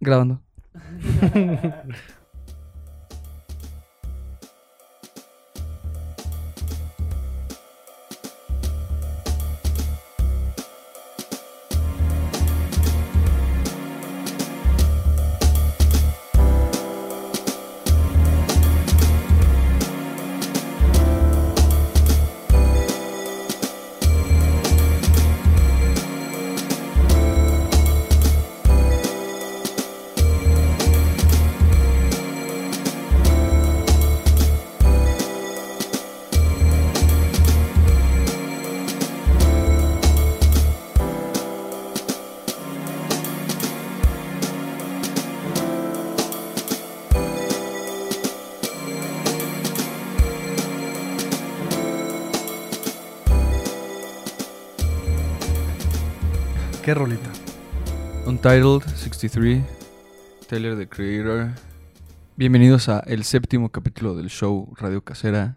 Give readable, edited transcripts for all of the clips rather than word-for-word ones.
Grabando. ¿Qué rolita? Untitled 63, Tyler the Creator. Bienvenidos a el 7º capítulo del show Radio Casera.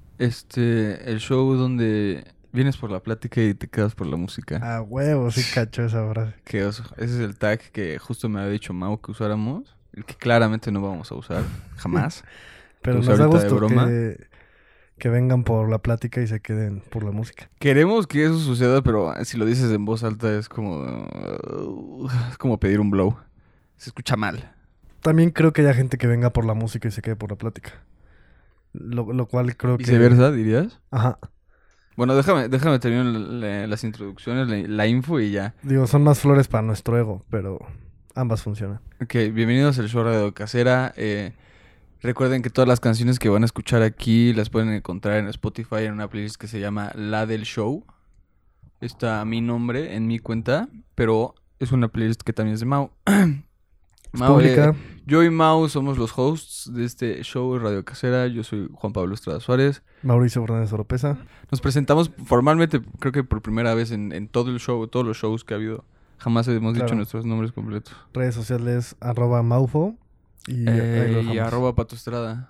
El show donde vienes por la plática y te quedas por la música. Ah, huevo, sí cacho esa frase. Qué oso. Ese es el tag que justo me había dicho Mau que usáramos. El que claramente no vamos a usar jamás. Pero Pues nos da ahorita de gusto broma. que vengan por la plática y se queden por la música. Queremos que eso suceda, pero si lo dices en voz alta es como pedir un blow. Se escucha mal. También creo que haya gente que venga por la música y se quede por la plática. Lo cual creo que... ¿Viceversa, dirías? Ajá. Bueno, déjame terminar las introducciones, la info y ya. Digo, son más flores para nuestro ego, pero ambas funcionan. Ok, bienvenidos al show Radio Casera. Recuerden que todas las canciones que van a escuchar aquí las pueden encontrar en Spotify en una playlist que se llama La del Show. Está mi nombre en mi cuenta, pero es una playlist que también es de Mau. Pública. Yo y Mau somos los hosts de este show Radio Casera. Yo soy Juan Pablo Estrada Suárez. Mauricio Fernández Oropesa. Nos presentamos formalmente, creo que por primera vez en todo el show, todos los shows que ha hado. Jamás hemos dicho nuestros nombres completos. Redes sociales @maufo y y @Pato Estrada.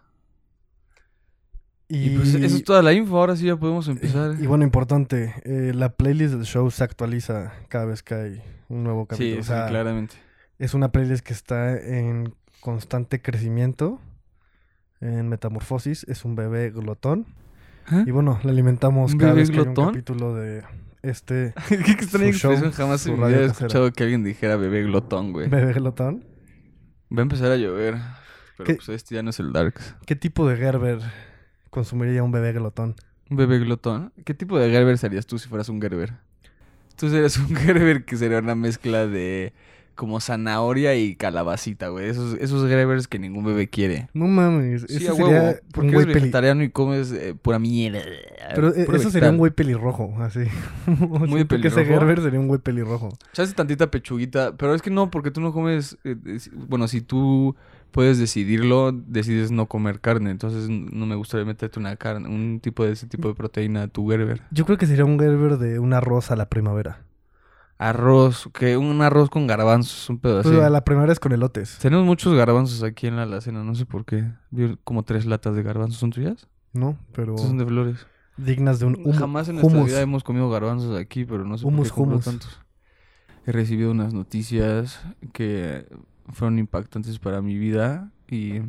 Y pues eso es toda la info. Ahora sí ya podemos empezar. Y bueno, importante, la playlist del show se actualiza cada vez que hay un nuevo capítulo. Sí, O sea, sí, claramente. es una playlist que está en constante crecimiento, en metamorfosis. Es un bebé glotón. ¿Eh? Y bueno, le alimentamos ¿Un cada bebé vez que hay un glotón? capítulo de este Qué extraña su show, expresión. Jamás su me Radio había Casera. escuchado que alguien dijera bebé glotón, güey. bebé glotón. Va a empezar a llover. Pero ¿Qué? pues este ya no es el Darks. ¿Qué tipo de Gerber consumiría un bebé glotón? ¿Un bebé glotón? ¿Qué tipo de Gerber serías tú si fueras un Gerber? Tú serías un Gerber que sería una mezcla de como zanahoria y calabacita, güey. Esos Gerbers que ningún bebé quiere. No mames, Sí, ese a sería huevo. Porque un eres güey vegetariano y comes pura mierda. Pero puro eso vegetal. sería un güey pelirrojo, así. Muy Siento que ese pelirrojo. Gerber sería un güey pelirrojo. Echas tantita pechuguita, pero es que no, porque tú no comes... bueno, si tú puedes decidirlo, decides no comer carne. Entonces no me gustaría meterte una carne, un tipo de ese tipo de proteína a tu Gerber. Yo creo que sería un Gerber de un arroz a la primavera. Arroz, que un arroz con garbanzos, un pedo así. Pues a la primavera es con elotes, Tenemos muchos garbanzos aquí en la alacena, no sé por qué. Vi como 3 latas de garbanzos, ¿son tuyas? ¿no? Pero Estas son de Flores. dignas de un Jamás en nuestra hummus. vida hemos comido garbanzos aquí, pero no sé Hummus, por qué compro hummus. tantos. He recibido unas noticias que fueron impactantes para mi vida y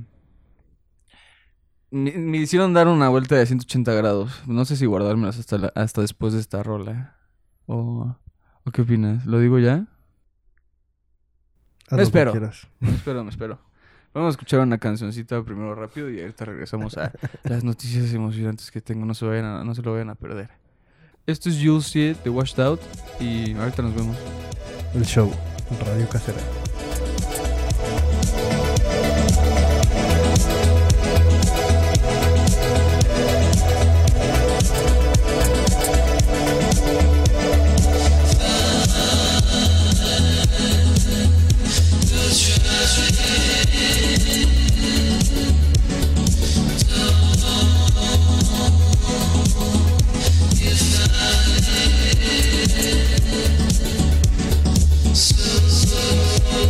me hicieron dar una vuelta de 180 grados. No sé si guardármelas hasta después de esta rola. ¿O qué opinas? ¿Lo digo ya? Haz lo Me que espero. quieras. Me espero. Vamos a escuchar una cancioncita primero rápido y ahorita regresamos a las noticias emocionantes que tengo. No se lo vayan a perder. Esto es You'll See It de Washed Out y ahorita nos vemos. El show, Radio Casera. So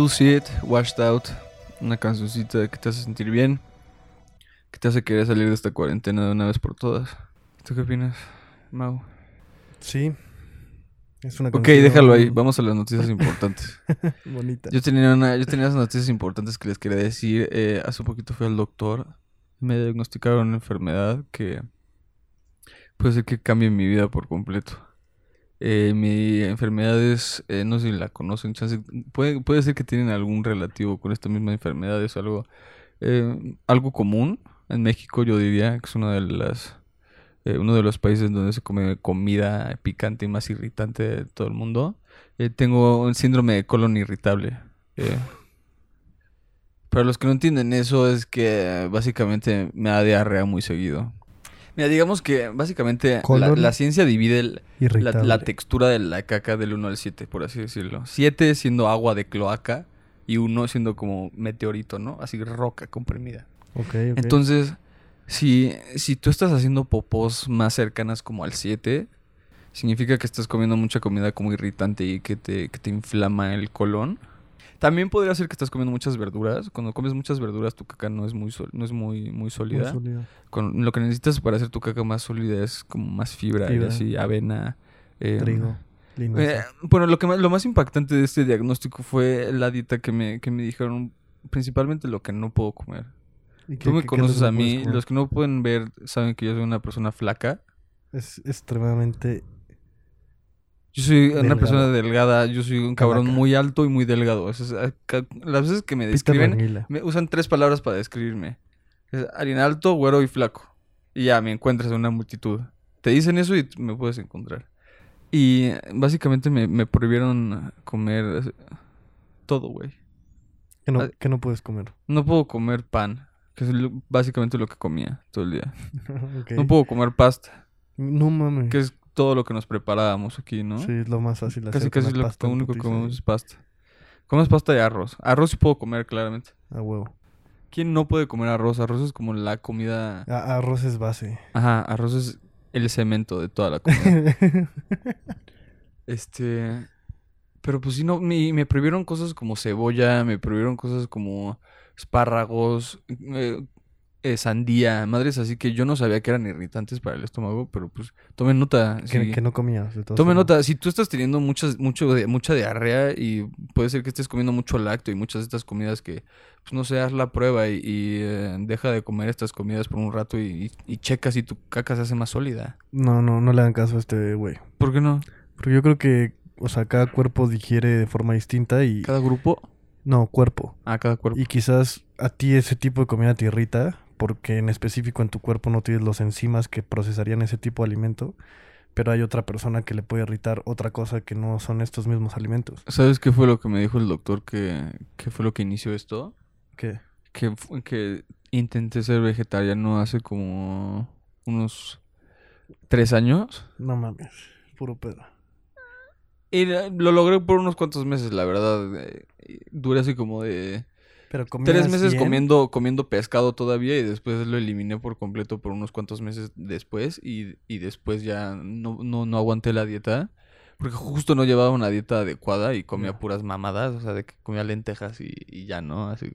Bullshit, Washed Out. Una cancioncita que te hace sentir bien. Que te hace querer salir de esta cuarentena de una vez por todas. ¿Tú qué opinas, Mau? Sí. Es una Ok, canción déjalo ahí. Vamos a las noticias importantes. bonita. Yo tenía unas noticias importantes que les quería decir. Hace un poquito fui al doctor. Me diagnosticaron una enfermedad que puede ser que cambie mi vida por completo. Mi enfermedad es, no sé si la conocen, puede ser que tienen algún relativo con esta misma enfermedad. Es algo común en México, yo diría, que es uno de los países donde se come comida picante y más irritante de todo el mundo. Tengo un síndrome de colon irritable. Para los que no entienden eso, es que básicamente me da diarrea muy seguido. Mira, digamos que básicamente Colon la ciencia divide la irritable. textura de la caca del 1 al 7, por así decirlo. 7 siendo agua de cloaca y 1 siendo como meteorito, ¿no? Así roca comprimida. Ok. Entonces, si tú estás haciendo popós más cercanas como al 7, significa que estás comiendo mucha comida como irritante y que te inflama el colon. También podría ser que estás comiendo muchas verduras. Cuando comes muchas verduras, tu caca no es muy Muy sólida. sólido. Lo que necesitas para hacer tu caca más sólida es como más fibra. Y así, avena. Trigo. Linaza. Bueno, lo más impactante de este diagnóstico fue la dieta que me dijeron, principalmente lo que no puedo comer. ¿Y Tú me qué es lo conoces que a no puedes mí, comer? los que no pueden ver saben que yo soy una persona flaca. Es extremadamente Yo soy una delgado. persona delgada, yo soy un cabrón Calaca. muy alto y muy delgado. Las veces que me Peter describen, Languila. me usan 3 palabras para describirme. Es alguien alto, güero y flaco. Y ya me encuentras en una multitud. Te dicen eso y me puedes encontrar. Y básicamente me prohibieron comer todo, güey. ¿Qué no puedes comer? No puedo comer pan, que es básicamente lo que comía todo el día. Ok. No puedo comer pasta, No mames. que es todo lo que nos preparábamos aquí, ¿no? Sí, es lo más fácil de Casi hacer con casi la pasta lo en único que putiza, comemos es pasta. Comes pasta y arroz. Arroz sí puedo comer, claramente. A huevo. ¿Quién no puede comer arroz? Arroz es como la comida... Arroz es base. Ajá, arroz es el cemento de toda la comida. Pero pues sí, no, me prohibieron cosas como cebolla, me prohibieron cosas como espárragos, sandía, madres así que yo no sabía que eran irritantes para el estómago, pero pues tomen nota. Que no comías, de todas Tomen formas. nota, si tú estás teniendo mucha diarrea y puede ser que estés comiendo mucho lácteo y muchas de estas comidas que, pues no sé, haz la prueba y deja de comer estas comidas por un rato y checa si tu caca se hace más sólida. No le hagan caso a este güey. ¿Por qué no? Porque yo creo que, o sea, cada cuerpo digiere de forma distinta y... ¿Cada grupo? No, cuerpo. Cada cuerpo. Y quizás a ti ese tipo de comida te irrita porque en específico en tu cuerpo no tienes los enzimas que procesarían ese tipo de alimento, pero hay otra persona que le puede irritar otra cosa que no son estos mismos alimentos. ¿Sabes qué fue lo que me dijo el doctor que fue lo que inició esto? ¿Qué? Que intenté ser vegetariano hace como unos 3 años. No mames, puro pedo. Y lo logré por unos cuantos meses, la verdad. Duré así como de Pero comías 3 meses bien. comiendo pescado todavía y después lo eliminé por completo por unos cuantos meses después y después ya no aguanté la dieta porque justo no llevaba una dieta adecuada y comía Ya. puras mamadas, o sea, de que comía lentejas y ya no, así.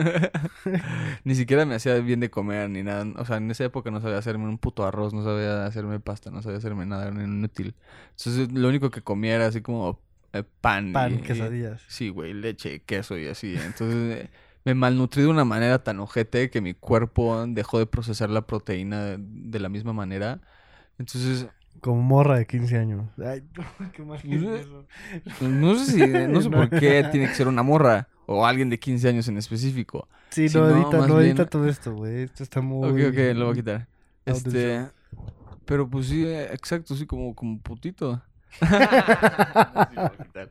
Ni siquiera me hacía bien de comer ni nada, o sea, en esa época no sabía hacerme un puto arroz, no sabía hacerme pasta, no sabía hacerme nada, era inútil. Entonces lo único que comía era así como pan Pan, quesadillas. sí, güey, leche, queso y así. Entonces me malnutrí de una manera tan ojete que mi cuerpo dejó de procesar la proteína de la misma manera. Entonces, Como morra de 15 años. Ay, qué mal que es no eso. no sé por qué tiene que ser una morra o alguien de 15 años en específico. Sí, Si no, más no bien... edita todo esto, güey. Esto está muy... Ok, lo voy a quitar. out of show. Pero pues sí, exacto, sí, como putito. Sí, lo voy a quitar.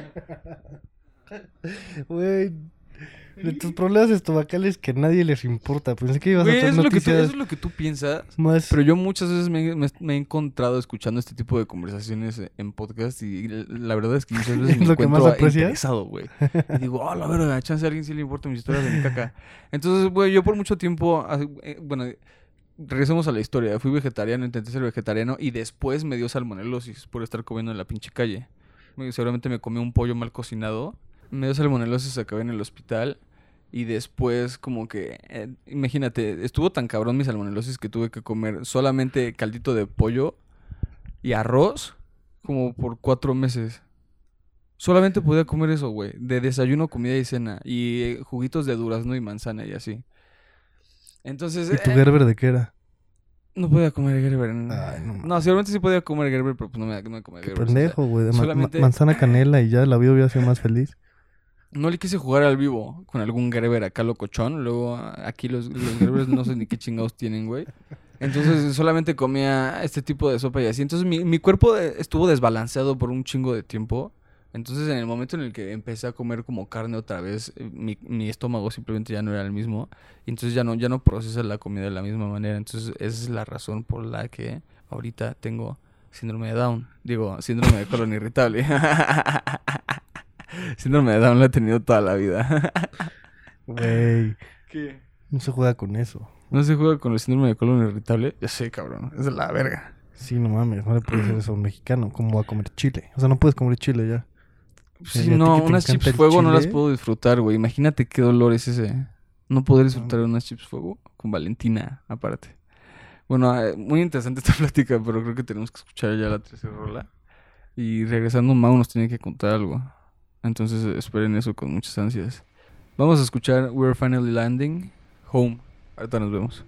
Güey, de tus problemas estomacales que a nadie les importa. Pensé que ibas Güey, a hacer eso noticias es lo que tú piensas. más... Pero yo muchas veces me he encontrado escuchando este tipo de conversaciones en podcast y la verdad es que muchas veces me ¿Es lo que más encuentro aprecias? interesado, güey. Y digo, oh, la verdad, chance a alguien sí le importan mis historias de mi caca. Entonces, güey, yo por mucho tiempo, bueno, regresemos a la historia. Fui vegetariano, intenté ser vegetariano y después me dio salmonelosis por estar comiendo en la pinche calle. Seguramente me comí un pollo mal cocinado Me dio salmonelosis, acabé en el hospital. Y después, como que, imagínate, estuvo tan cabrón mi salmonelosis que tuve que comer solamente caldito de pollo y arroz como por 4 meses. Solamente podía comer eso, güey. De desayuno, comida y cena. Y juguitos de durazno y manzana y así. Entonces, ¿Y tu Gerber de qué era? no podía comer Gerber. Ay, no No, mames. seguramente sí podía comer Gerber, pero pues no me comía Qué Gerber. O sea, pendejo, güey. De solamente manzana canela y ya la vida hubiera sido más feliz. no le quise jugar al vivo con algún Gerber acá locochón. Luego, aquí los Gerbers no sé ni qué chingados tienen, güey. Entonces, solamente comía este tipo de sopa y así. Entonces, mi cuerpo estuvo desbalanceado por un chingo de tiempo. Entonces, en el momento en el que empecé a comer como carne otra vez, mi estómago simplemente ya no era el mismo. Y entonces ya no procesa la comida de la misma manera. Entonces, esa es la razón por la que ahorita tengo síndrome de Down. Digo, síndrome de colon irritable. Síndrome de Down lo he tenido toda la vida. Güey, ¿Qué? no se juega con eso. ¿No se juega con el síndrome de colon irritable? Ya sé, cabrón. Es de la verga. Sí, no mames, no le puedes hacer eso a un mexicano. ¿Cómo va a comer chile? O sea, no puedes comer chile ya. Sí, ¿Y a ti no, que te unas encanta chips el fuego no las chile? puedo disfrutar, güey. Imagínate qué dolor es ese. No poder disfrutar de No. unas chips fuego con Valentina, aparte. Bueno, muy interesante esta plática, pero creo que tenemos que escuchar ya la tercera rola. Y regresando, Mau nos tiene que contar algo. Entonces esperen eso con muchas ansias. Vamos a escuchar We're Finally Landing, Home. Ahorita nos vemos.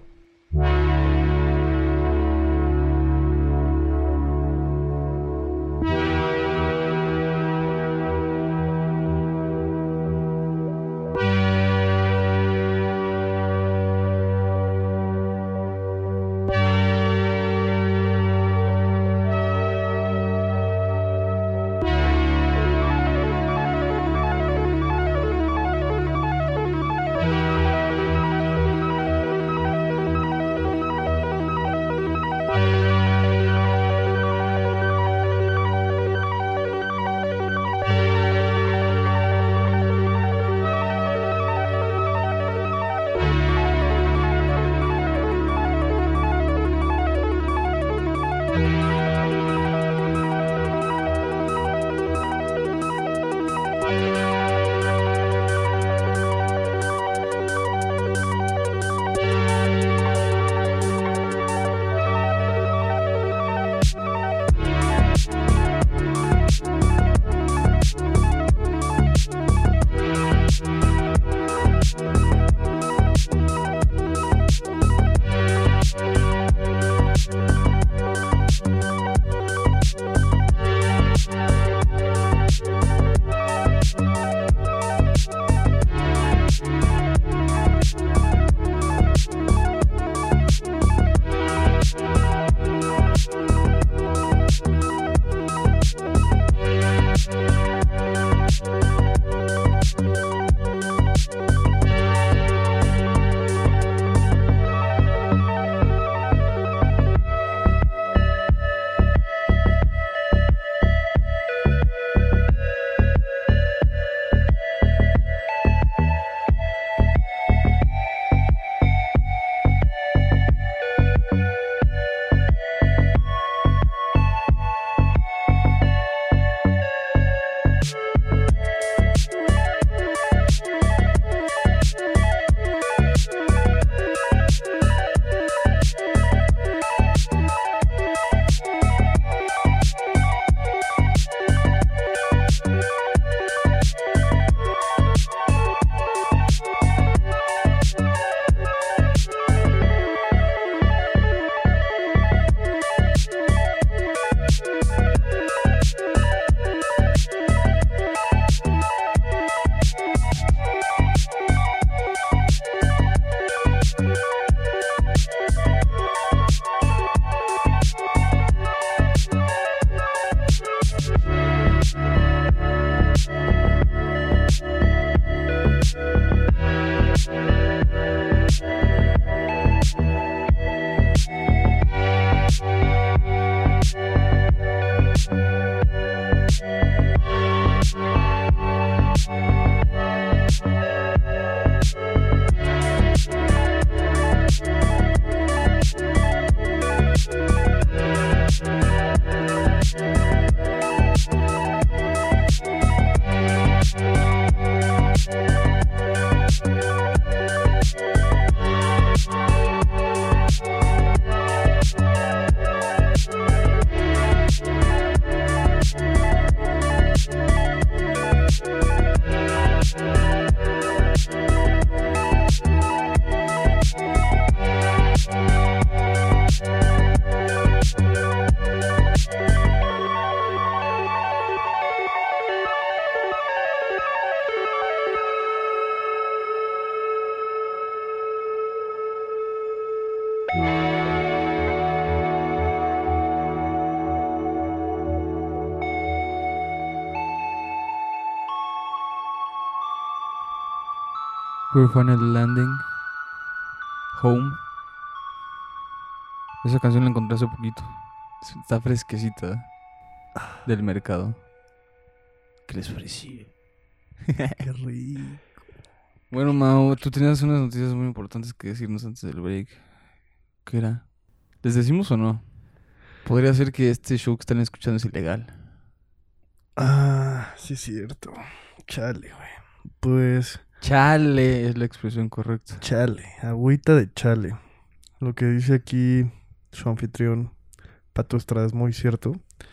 We're finally landing home. Esa canción la encontré hace poquito. Está fresquecita del mercado. ¿Qué les pareció? Qué rico. Bueno, Mau, tú tenías unas noticias muy importantes que decirnos antes del break. ¿Qué era? ¿Les decimos o no? Podría ser que este show que están escuchando es ilegal. Ah, sí es cierto. Chale, güey. Pues... Chale es la expresión correcta. Chale, agüita de chale. Lo que dice aquí su anfitrión, Pato Estrada, es muy cierto.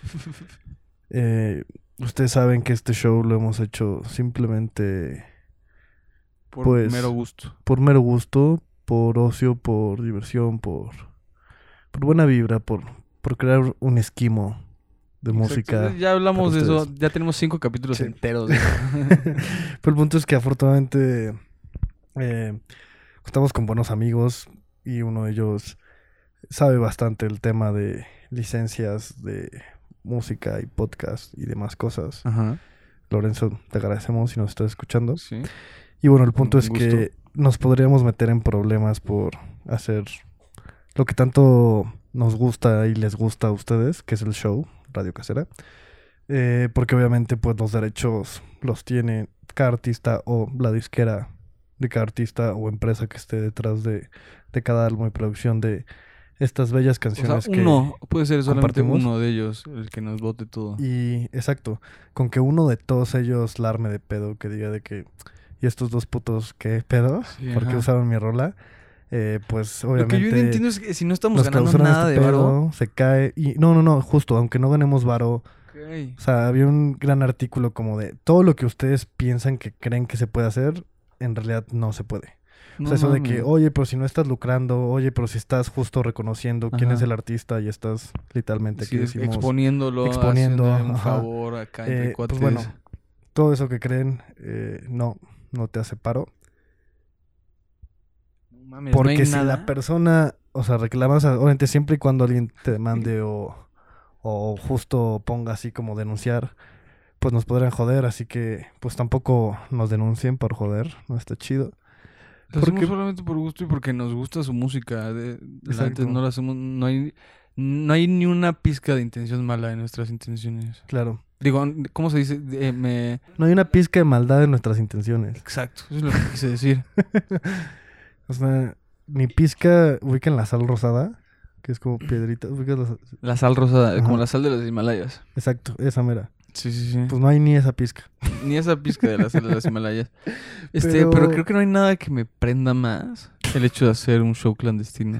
Ustedes saben que este show lo hemos hecho simplemente Por pues, mero gusto. por mero gusto, por ocio, por diversión, por buena vibra, por crear un esquimo de música. Exacto. Ya hablamos de para eso. ustedes. Ya tenemos 5 capítulos Sí. enteros. De... Pero el punto es que afortunadamente estamos con buenos amigos y uno de ellos sabe bastante el tema de licencias de música y podcast y demás cosas. Ajá. Lorenzo, te agradecemos si nos estás escuchando. Sí. Y bueno, el punto Con es gusto. que nos podríamos meter en problemas por hacer lo que tanto nos gusta y les gusta a ustedes, que es el show Radio Casera. Porque obviamente pues los derechos los tiene cada artista o la disquera de cada artista o empresa que esté detrás de cada álbum y producción de estas bellas O canciones sea, uno, puede ser solamente compartimos. uno de ellos el que nos vote todo. Y exacto, con que uno de todos ellos la arme de pedo, que diga de que ¿y estos dos putos qué pedo? Sí, ¿Por qué ajá. usaron mi rola? Pues Lo obviamente que yo no entiendo es que si no estamos nos ganando clausuran nada este de varo. pedo, se cae y no, justo, aunque no ganemos varo. O sea, había un gran artículo como de todo lo que ustedes piensan que creen que se puede hacer, en realidad no se puede. O sea, eso de que, oye, pero si no estás lucrando, oye, pero si estás justo reconociendo quién es Ajá. el artista y estás literalmente aquí Sí, decimos exponiéndolo, exponiendo, haciéndole un ajá. favor acá entre cuates. pues bueno, todo eso que creen no te hace paro. No mames, Porque no hay si nada. la persona, o sea, reclamas, obviamente siempre y cuando alguien te demande o justo ponga así como denunciar, pues nos podrían joder, así que pues tampoco nos denuncien por joder, no está chido. Lo hacemos porque- solamente por gusto y porque nos gusta su música. La Exacto. neta no lo hacemos, no hay ni una pizca de intención mala en nuestras intenciones. Claro, Digo, ¿cómo se dice? no hay una pizca de maldad en nuestras intenciones. Exacto, eso es lo que quise decir. O sea, ni pizca, ubican la sal rosada, que es como piedrita, ubicas la sal? La sal rosada, Ajá. como la sal de los Himalayas. Exacto, esa mera. Sí, sí, sí. Pues no hay ni esa pizca. Ni esa pizca de la sal de los Himalayas. Pero- Pero creo que no hay nada que me prenda más el hecho de hacer un show clandestino.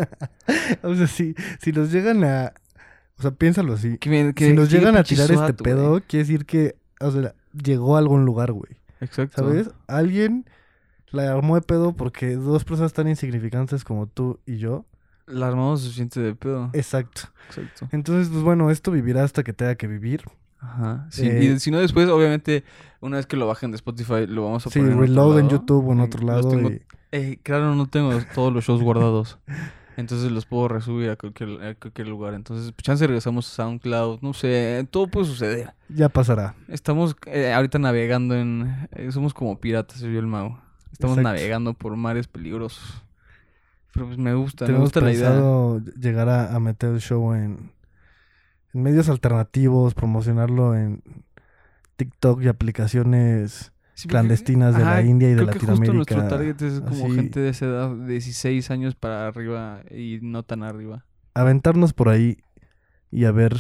O sea, si nos llegan a... O sea, piénsalo así. Que Si nos que llegan a pinche tirar este SWAT, güey. pedo, quiere decir que, o sea, llegó a algún lugar, güey. Exacto. ¿Sabes? Alguien la armó de pedo porque dos personas tan insignificantes como tú y yo. La armamos suficiente de pedo. Exacto. Exacto. Entonces, pues bueno, esto vivirá hasta que tenga que vivir. Ajá. Sí, Eh, y si no, después, obviamente, una vez que lo bajen de Spotify, lo vamos a Sí, poner en otro reload en lado. YouTube o en otro Los lado. tengo- Y... claro, no tengo todos los shows guardados. Entonces los puedo resubir a cualquier lugar. Entonces, pues, chance regresamos a SoundCloud. No sé, todo puede suceder. ya pasará. Estamos ahorita navegando somos como piratas, yo y el mago. Estamos Exacto. navegando por mares peligrosos. Pero pues me gusta Tenemos la idea. pensado llegar a meter el show en medios alternativos, promocionarlo en TikTok y aplicaciones Sí, porque- clandestinas de la ajá, India y de creo que justo Latinoamérica. nuestro target es como así. gente de esa edad, de 16 años para arriba y no tan arriba. Aventarnos por ahí y a ver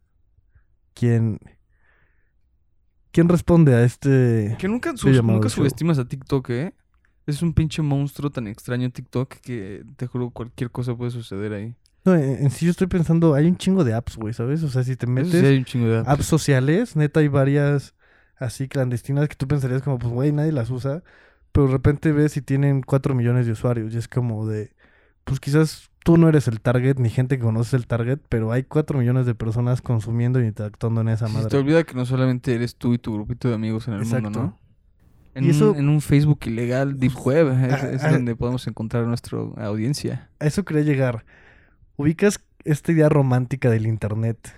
quién responde a este... Que nunca, Sí, llamado nunca show. subestimas a TikTok, ¿eh? Es un pinche monstruo tan extraño TikTok que te juro cualquier cosa puede suceder ahí. No, en sí yo estoy pensando, hay un chingo de apps, güey, ¿sabes? O sea, si te Eso metes sí hay un chingo de apps. apps sociales, neta hay varias así clandestinas que tú pensarías como, pues, güey, nadie las usa, pero de repente ves y tienen 4 millones de usuarios y es como de, pues quizás tú no eres el target, ni gente que conoce el target, pero hay 4 millones de personas consumiendo y interactuando en esa Sí, se te madre. olvida que no solamente eres tú y tu grupito de amigos en el Exacto. mundo, ¿no? Y eso, en un Facebook ilegal, Deep Web, es a donde podemos encontrar nuestra audiencia. eso quería llegar. ¿Ubicas esta idea romántica del internet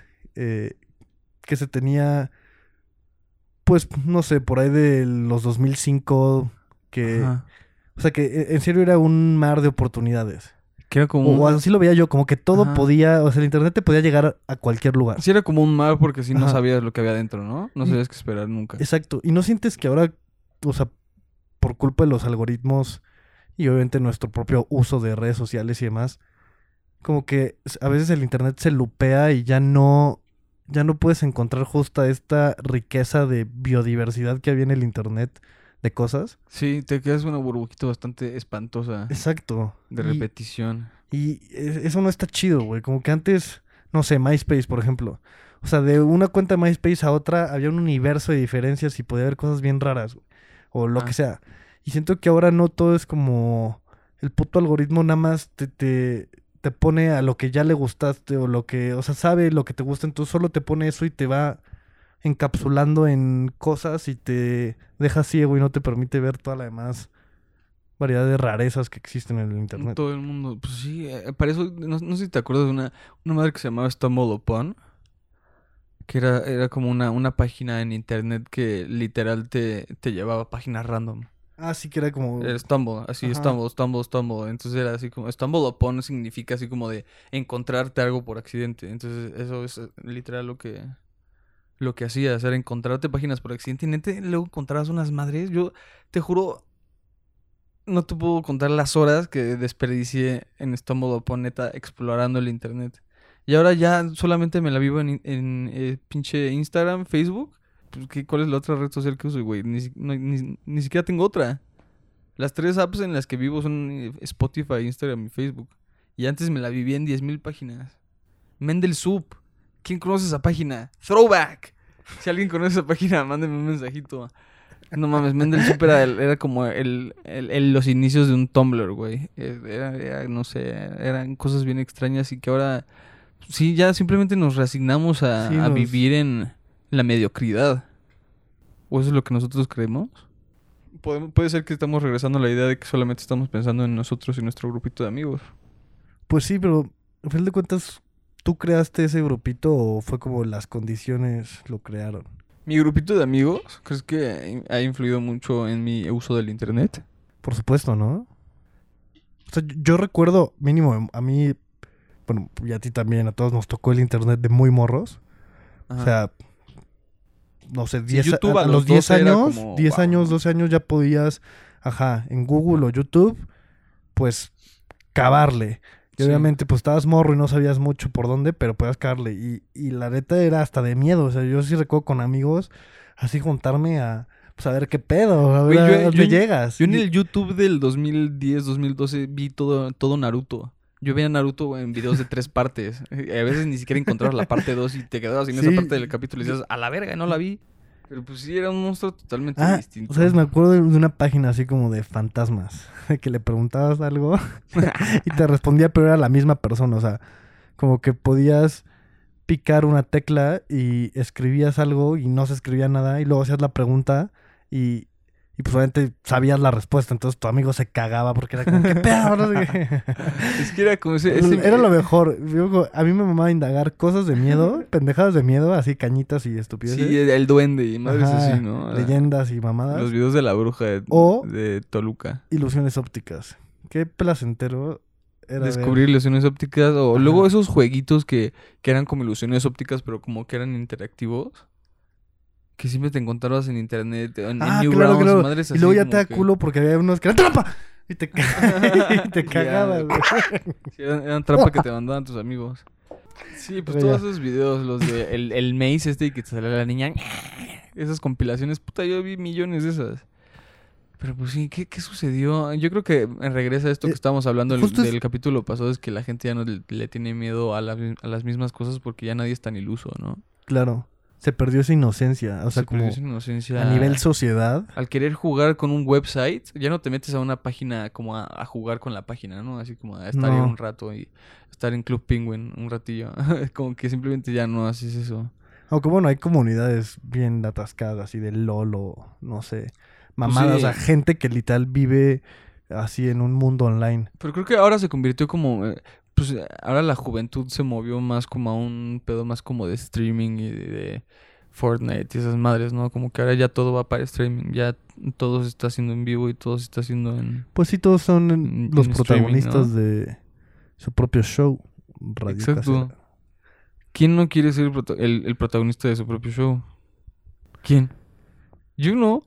que se tenía, pues, no sé, por ahí de los 2005, que, Ajá. o sea, que en serio era un mar de oportunidades? Que era como O así lo veía yo, como que todo Ajá. podía, o sea, el internet te podía llegar a cualquier lugar. Sí, era como un mar porque sí no Ajá. sabías lo que había dentro, ¿no? No Y- sabías qué esperar nunca. Exacto. ¿Y no sientes que ahora, o sea, por culpa de los algoritmos y obviamente nuestro propio uso de redes sociales y demás, como que a veces el internet se lupea y ya no puedes encontrar justa esta riqueza de biodiversidad que había en el internet de cosas? Sí, te quedas una burbujita bastante espantosa Exacto. de repetición. Eso no está chido, güey. Como que antes, no sé, MySpace, por ejemplo. O sea, de una cuenta de MySpace a otra había un universo de diferencias y podía haber cosas bien raras, güey. O lo que Ah, sea. Y siento que ahora no todo es como el puto algoritmo nada más te pone a lo que ya le gustaste o lo que, o sea, sabe lo que te gusta, entonces solo te pone eso y te va encapsulando en cosas y te deja ciego y no te permite ver toda la demás variedad de rarezas que existen en el internet. todo el mundo. Pues sí, para eso, no sé si te acuerdas de una madre que se llamaba StumbleUpon, que era como una página en internet que literal te llevaba a páginas random. Ah, sí que era como... Stumble, así, Ajá. Stumble. Entonces era así como, StumbleUpon significa así como de encontrarte algo por accidente. Entonces eso es literal lo que hacías, era encontrarte páginas por accidente. Y neta, luego encontrabas unas madres. Yo te juro, no te puedo contar las horas que desperdicié en StumbleUpon, neta, explorando el internet. Y ahora ya solamente me la vivo en pinche Instagram, Facebook. Pues, ¿cuál es la otra red social que uso, güey? Ni siquiera tengo otra. Las tres apps en las que vivo son Spotify, Instagram y Facebook. Y antes me la vivía en 10,000 páginas. Mendel Soup. ¿Quién conoce esa página? Throwback. Si alguien conoce esa página, mándeme un mensajito. No mames, Mendel Soup era como los inicios de un Tumblr, güey. No sé, eran cosas bien extrañas y que ahora sí, ya simplemente nos resignamos Sí, a vivir en la mediocridad. ¿O eso es lo que nosotros creemos? Puede ser que estamos regresando a la idea de que solamente estamos pensando en nosotros y nuestro grupito de amigos. Pues sí, pero a fin de cuentas, ¿tú creaste ese grupito o fue como las condiciones lo crearon? Mi grupito de amigos, ¿crees que ha influido mucho en mi uso del internet? Por supuesto, ¿no? O sea, yo recuerdo, mínimo, a mí, bueno, y a ti también, a todos nos tocó el internet de muy morros. O Ajá. sea, no sé, Sí, YouTube a los 10 12 era años, como, 10 wow, años, ¿no? 12 años ya podías, ajá, en Google o YouTube, pues cavarle. Y Sí. obviamente, pues estabas morro y no sabías mucho por dónde, pero podías cavarle. Y la neta era hasta de miedo. O sea, yo sí recuerdo con amigos así juntarme a, pues a ver qué pedo, a ver Güey, a dónde llegas. yo en el YouTube del 2010, 2012 vi todo Naruto. Yo veía Naruto en videos de 3 partes. A veces ni siquiera encontrabas la parte 2 y te quedabas en esa parte del Sí. capítulo y decías, a la verga, no la vi. Pero pues sí, era un monstruo totalmente Ah, distinto. ¿sabes? Me acuerdo de una página así como de fantasmas, de que le preguntabas algo y te respondía, pero era la misma persona. O sea, como que podías picar una tecla y escribías algo y no se escribía nada y luego hacías la pregunta y pues obviamente sabías la respuesta, entonces tu amigo se cagaba porque era como, ¿qué pedo? No sé qué. Es que era como Era lo mejor. A mí me mamaba indagar cosas de miedo, pendejadas de miedo, así cañitas y estupideces. Sí, el duende y madres Ajá, así, ¿no? leyendas y Los mamadas. videos de la bruja O de Toluca. ilusiones ópticas. Qué placentero era Descubrir ver. ilusiones ópticas o Ajá. luego esos jueguitos que eran como ilusiones ópticas pero como que eran interactivos. Que siempre te encontrabas en internet, en Ah, claro, Newgrounds, claro. madres Y luego así ya te como da que... culo porque había unos que eran trampa. Y te, y te Ya, cagabas, güey. sí, eran trampa que te mandaban tus amigos. Sí, pues Pero todos ya. esos videos, los de el Maze este y que te sale la niña, esas compilaciones, puta, yo vi millones de esas. Pero pues sí, ¿qué sucedió? Yo creo que regresa a esto que Eh, estábamos hablando justo es. del capítulo pasado, es que la gente ya no le tiene miedo a las mismas cosas porque ya nadie es tan iluso, ¿no? Claro. Se perdió esa inocencia. O sea, Se perdió como esa a inocencia. nivel sociedad. Al querer jugar con un website, ya no te metes a una página como a jugar con la página, ¿no? Así como a estar ahí No. un rato y estar en Club Penguin un ratillo. Como que simplemente ya no haces eso. Aunque bueno, hay comunidades bien atascadas, así de LOL o no sé. mamadas. sí. O sea, gente que literal vive así en un mundo online. Pero creo que ahora se convirtió como... pues ahora la juventud se movió más como a un pedo más como de streaming y de Fortnite y esas madres, ¿no? Como que ahora ya todo va para streaming. Ya todo se está haciendo en vivo y todo se está haciendo en... Pues sí, todos son los en protagonistas streaming, ¿no? de su propio show. Radio Exacto. Casera. ¿Quién no quiere ser el protagonista de su propio show? ¿Quién? Yo no.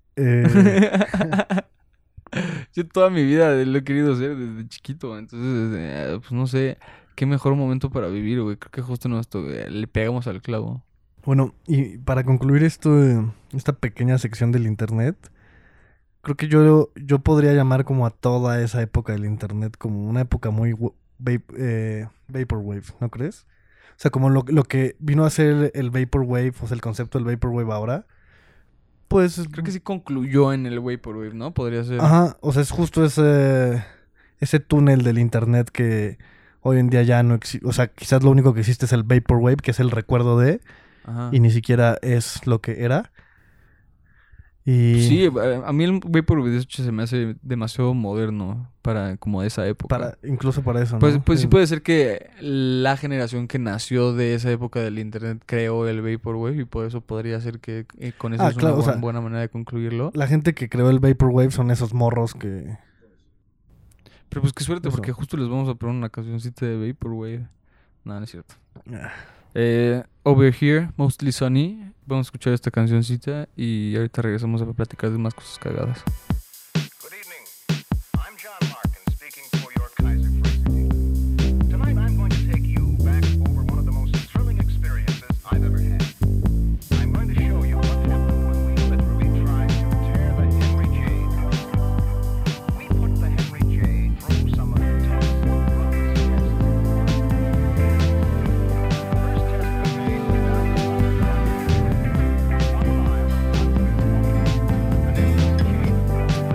Yo toda mi vida lo he querido hacer desde chiquito. Entonces, pues no sé. Qué mejor momento para vivir, güey. Creo que justo le pegamos al clavo. Bueno, y para concluir esta pequeña sección del internet, creo que yo podría llamar como a toda esa época del internet como una época muy vaporwave, ¿no crees? O sea, como lo que vino a ser el vaporwave, o sea, el concepto del vaporwave ahora, pues... Creo que sí concluyó en el Vaporwave, ¿no? Podría ser. Ajá, o sea, es justo ese túnel del internet que hoy en día ya no existe. O sea, quizás lo único que existe es el vaporwave, que es el recuerdo de, Ajá. y ni siquiera es lo que era. Y Sí, a mí el Vaporwave de hecho se me hace demasiado moderno para como de esa época. incluso para eso, Pues, ¿no? pues sí puede ser que la generación que nació de esa época del internet creó el Vaporwave y por eso podría ser que con eso es claro, una o sea, buena manera de concluirlo. La gente que creó el vaporwave son esos morros que... Pero pues qué suerte, Eso. porque justo les vamos a poner una cancioncita de Vaporwave. No, no es cierto. Ah. Over Here, Mostly Sunny. Vamos a escuchar esta cancioncita y ahorita regresamos a platicar de más cosas cagadas. Good evening. I'm John Larkin, speaking for your Kaiser Frequency. Tonight I'm going to take you back over one of the most thrilling experiences I've ever had. I'm going to show you what happened when we literally tried to tear the Henry J apart. We put the Henry J through some of the toughest, roughest tests. The first test we made was down the Southern California. 1 mile. The name was J.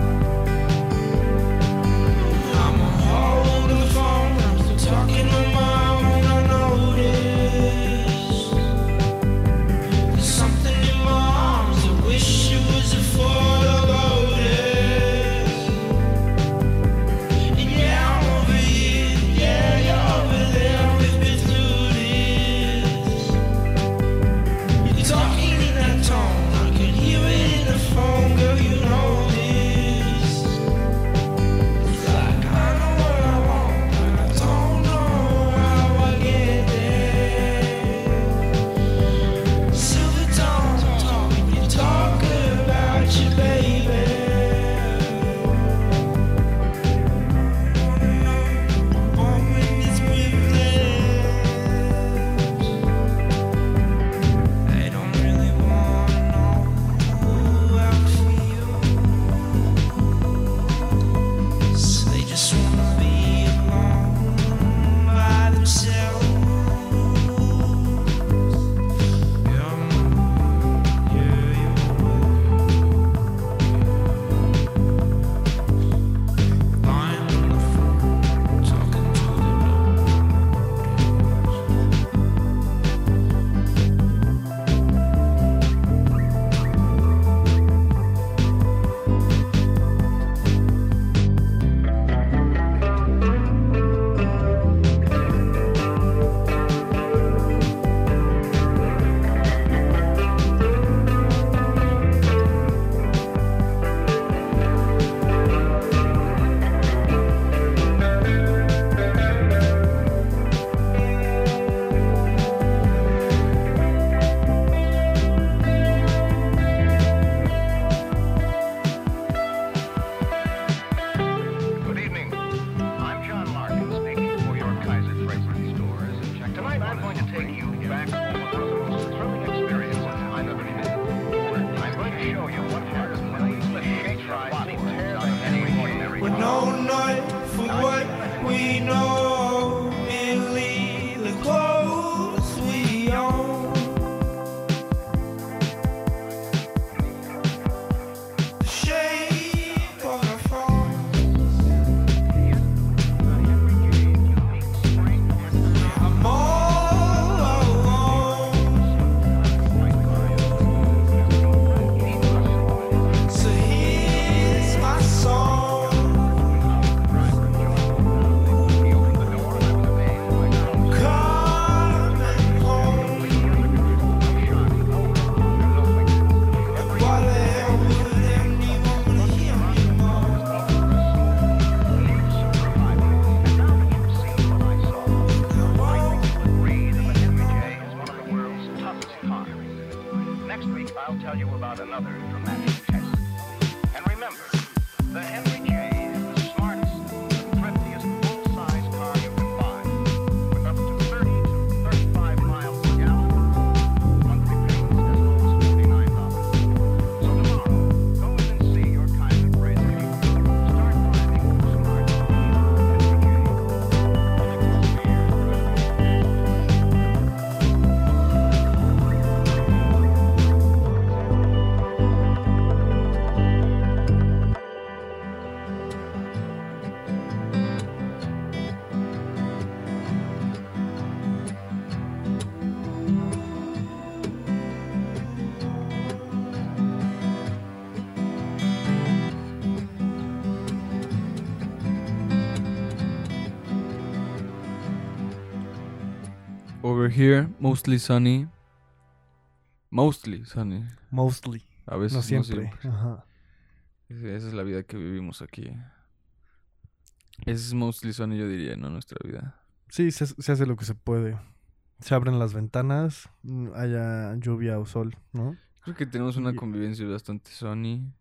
Over here, mostly sunny. Mostly sunny. Mostly. A veces No siempre. siempre. Ajá. Esa es la vida que vivimos aquí. Ese es mostly sunny, yo diría, ¿no? Nuestra vida. Sí, se hace lo que se puede. Se abren las ventanas, haya lluvia o sol, ¿no? Creo que tenemos una Y- convivencia bastante sunny.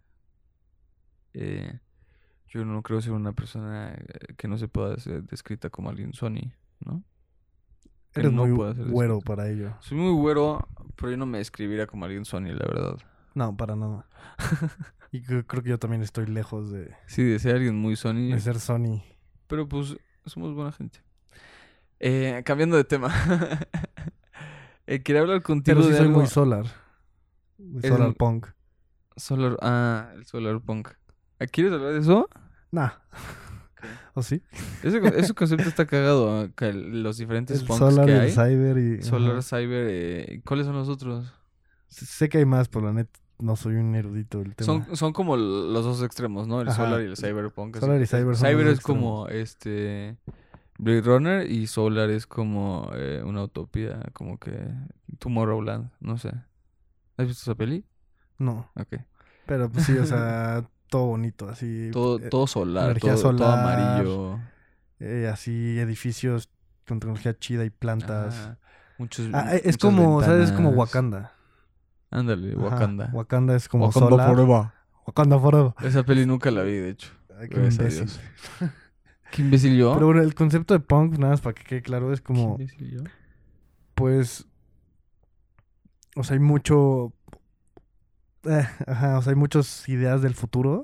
Yo no creo ser una persona que no se pueda ser descrita como alguien sunny, ¿no? Que Eres no muy pueda ser güero descrita. para ello. Soy muy güero, pero yo no me describiría como alguien sunny, la verdad. No, para nada. Y creo que yo también estoy lejos de Sí, de ser alguien muy sunny, ser Sony. pero pues somos buena gente. Cambiando de tema. Quería hablar contigo Pero sí de soy algo. muy solar. Es Solar mu- punk. El solar punk. ¿Quieres hablar de eso? Nah. ¿O sí? Ese concepto está cagado, que los diferentes El punks solar que y el hay. cyber y... Solar, ajá. cyber, ¿cuáles son los otros? Sé que hay más, pero la neta no soy un erudito del tema. Son como los dos extremos, ¿no? El Ajá. solar y el cyberpunk. así. Solar y cyber son Cyber los es como Blade Runner y Solar es como una utopía, como que Tomorrowland, no sé. ¿Has visto esa peli? No. Ok. Pero pues sí, o sea, todo bonito, así. Todo solar, energía todo solar. amarillo. Así edificios con tecnología chida y plantas. Ajá. Es Es como, ¿sabes? Es como Wakanda. Ándale, Ajá, Wakanda. Wakanda es como Wakanda solar. forever. Wakanda forever. Esa peli nunca la vi, de hecho. Ay, qué Gracias a imbécil. Dios. ¿Qué imbécil yo? Pero bueno, el concepto de punk, nada más para que quede claro, es ¿Qué como, imbécil yo? pues, o sea, hay mucho, ajá, o sea, hay muchas ideas del futuro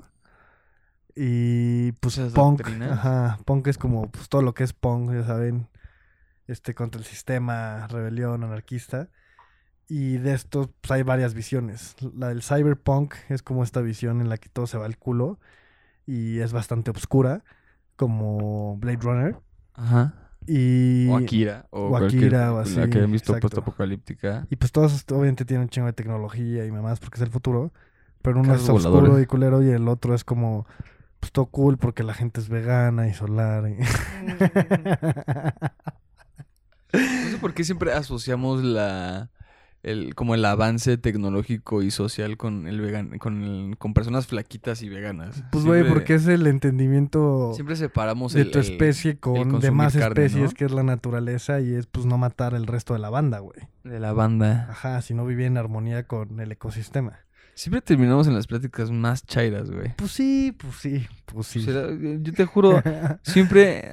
y pues Muchas punk, doctrinas. ajá, punk es como pues todo lo que es punk, ya saben, contra el sistema, rebelión, anarquista. Y de esto pues, hay varias visiones. La del cyberpunk es como esta visión en la que todo se va al culo y es bastante oscura, como Blade Runner. Ajá. Y, O Akira. O cualquier Akira, o película así, que hayan visto exacto. postapocalíptica. y pues todos obviamente tienen un chingo de tecnología y mamás porque es el futuro. Pero uno Carros es oscuro voladores. y culero y el otro es como pues todo cool porque la gente es vegana y solar. No sé por qué siempre asociamos como el avance tecnológico y social con con personas flaquitas y veganas. Pues güey, Siempre- porque es el entendimiento Siempre separamos de tu especie con consumir demás carne, especies, ¿no? que es la naturaleza, y es pues no matar el resto de la banda, güey. de la banda. Ajá, si no vivir en armonía con el ecosistema. Siempre terminamos en las pláticas más chairas, güey. Pues sí, pues sí, pues sí. O sea, yo te juro, siempre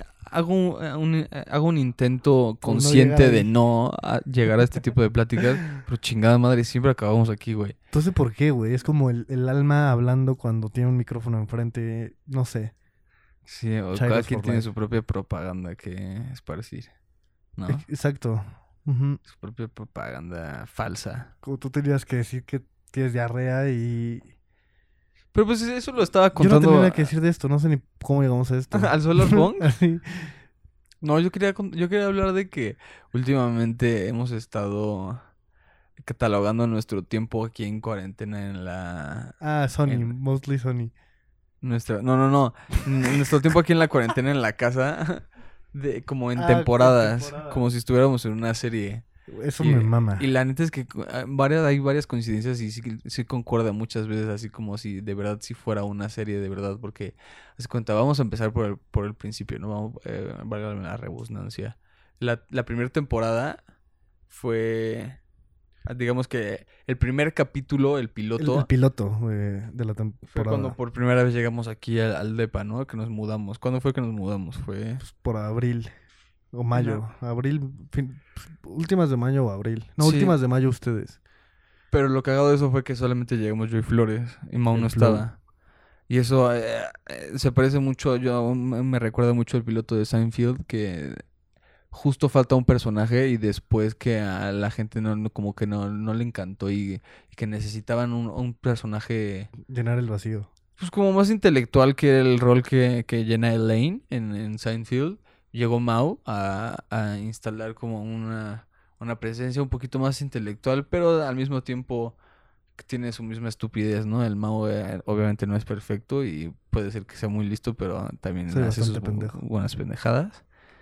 hago un intento Por no consciente llegar de ahí. no llegar a este tipo de pláticas, pero chingada madre, siempre acabamos aquí, güey. Entonces, ¿por qué, güey? Es como el alma hablando cuando tiene un micrófono enfrente, no sé. Sí, o Chairos cada quien for tiene life. su propia propaganda que esparcir, ¿no? Exacto. Ujú. Su propia propaganda falsa. Como tú tenías que decir que tienes diarrea y... Pero pues eso lo estaba Yo no contando tenía nada que decir de esto, no sé ni cómo llegamos a esto. al Solar Punk. Así. No, yo quería hablar de que últimamente hemos estado catalogando nuestro tiempo aquí en cuarentena en la... Ah, Sony, En- mostly Sony. No. Nuestro tiempo aquí en la cuarentena en la casa, como en Ah, temporadas, en temporada. como si estuviéramos en una serie. Eso Y- me mama. Y la neta es que hay varias coincidencias y sí concuerda muchas veces, así como si de verdad si fuera una serie de verdad, porque, haz cuenta, vamos a empezar por el principio, ¿no? Vamos, válgame la redundancia. La primera temporada fue, digamos que el primer capítulo, el piloto, El piloto de la fue temporada. cuando por primera vez llegamos aquí al depa, ¿no? Que nos mudamos. ¿Cuándo fue que nos mudamos? Fue... Pues, por abril o mayo. Abril, últimas de mayo o abril. No, Sí. últimas de mayo ustedes. Pero lo cagado de eso fue que solamente llegamos yo y Flores y Mau El no Flow. estaba. Y eso se parece mucho, me recuerda mucho al piloto de Seinfeld, que justo falta un personaje y después que a la gente como que no le encantó y que necesitaban un personaje Llenar el vacío. pues como más intelectual que el rol que llena Elaine en Seinfeld. Llegó Mau a instalar como una presencia un poquito más intelectual, pero al mismo tiempo tiene su misma estupidez, ¿no? El Mau obviamente no es perfecto y puede ser que sea muy listo, pero también Soy hace sus bastante pendejo. buenas pendejadas.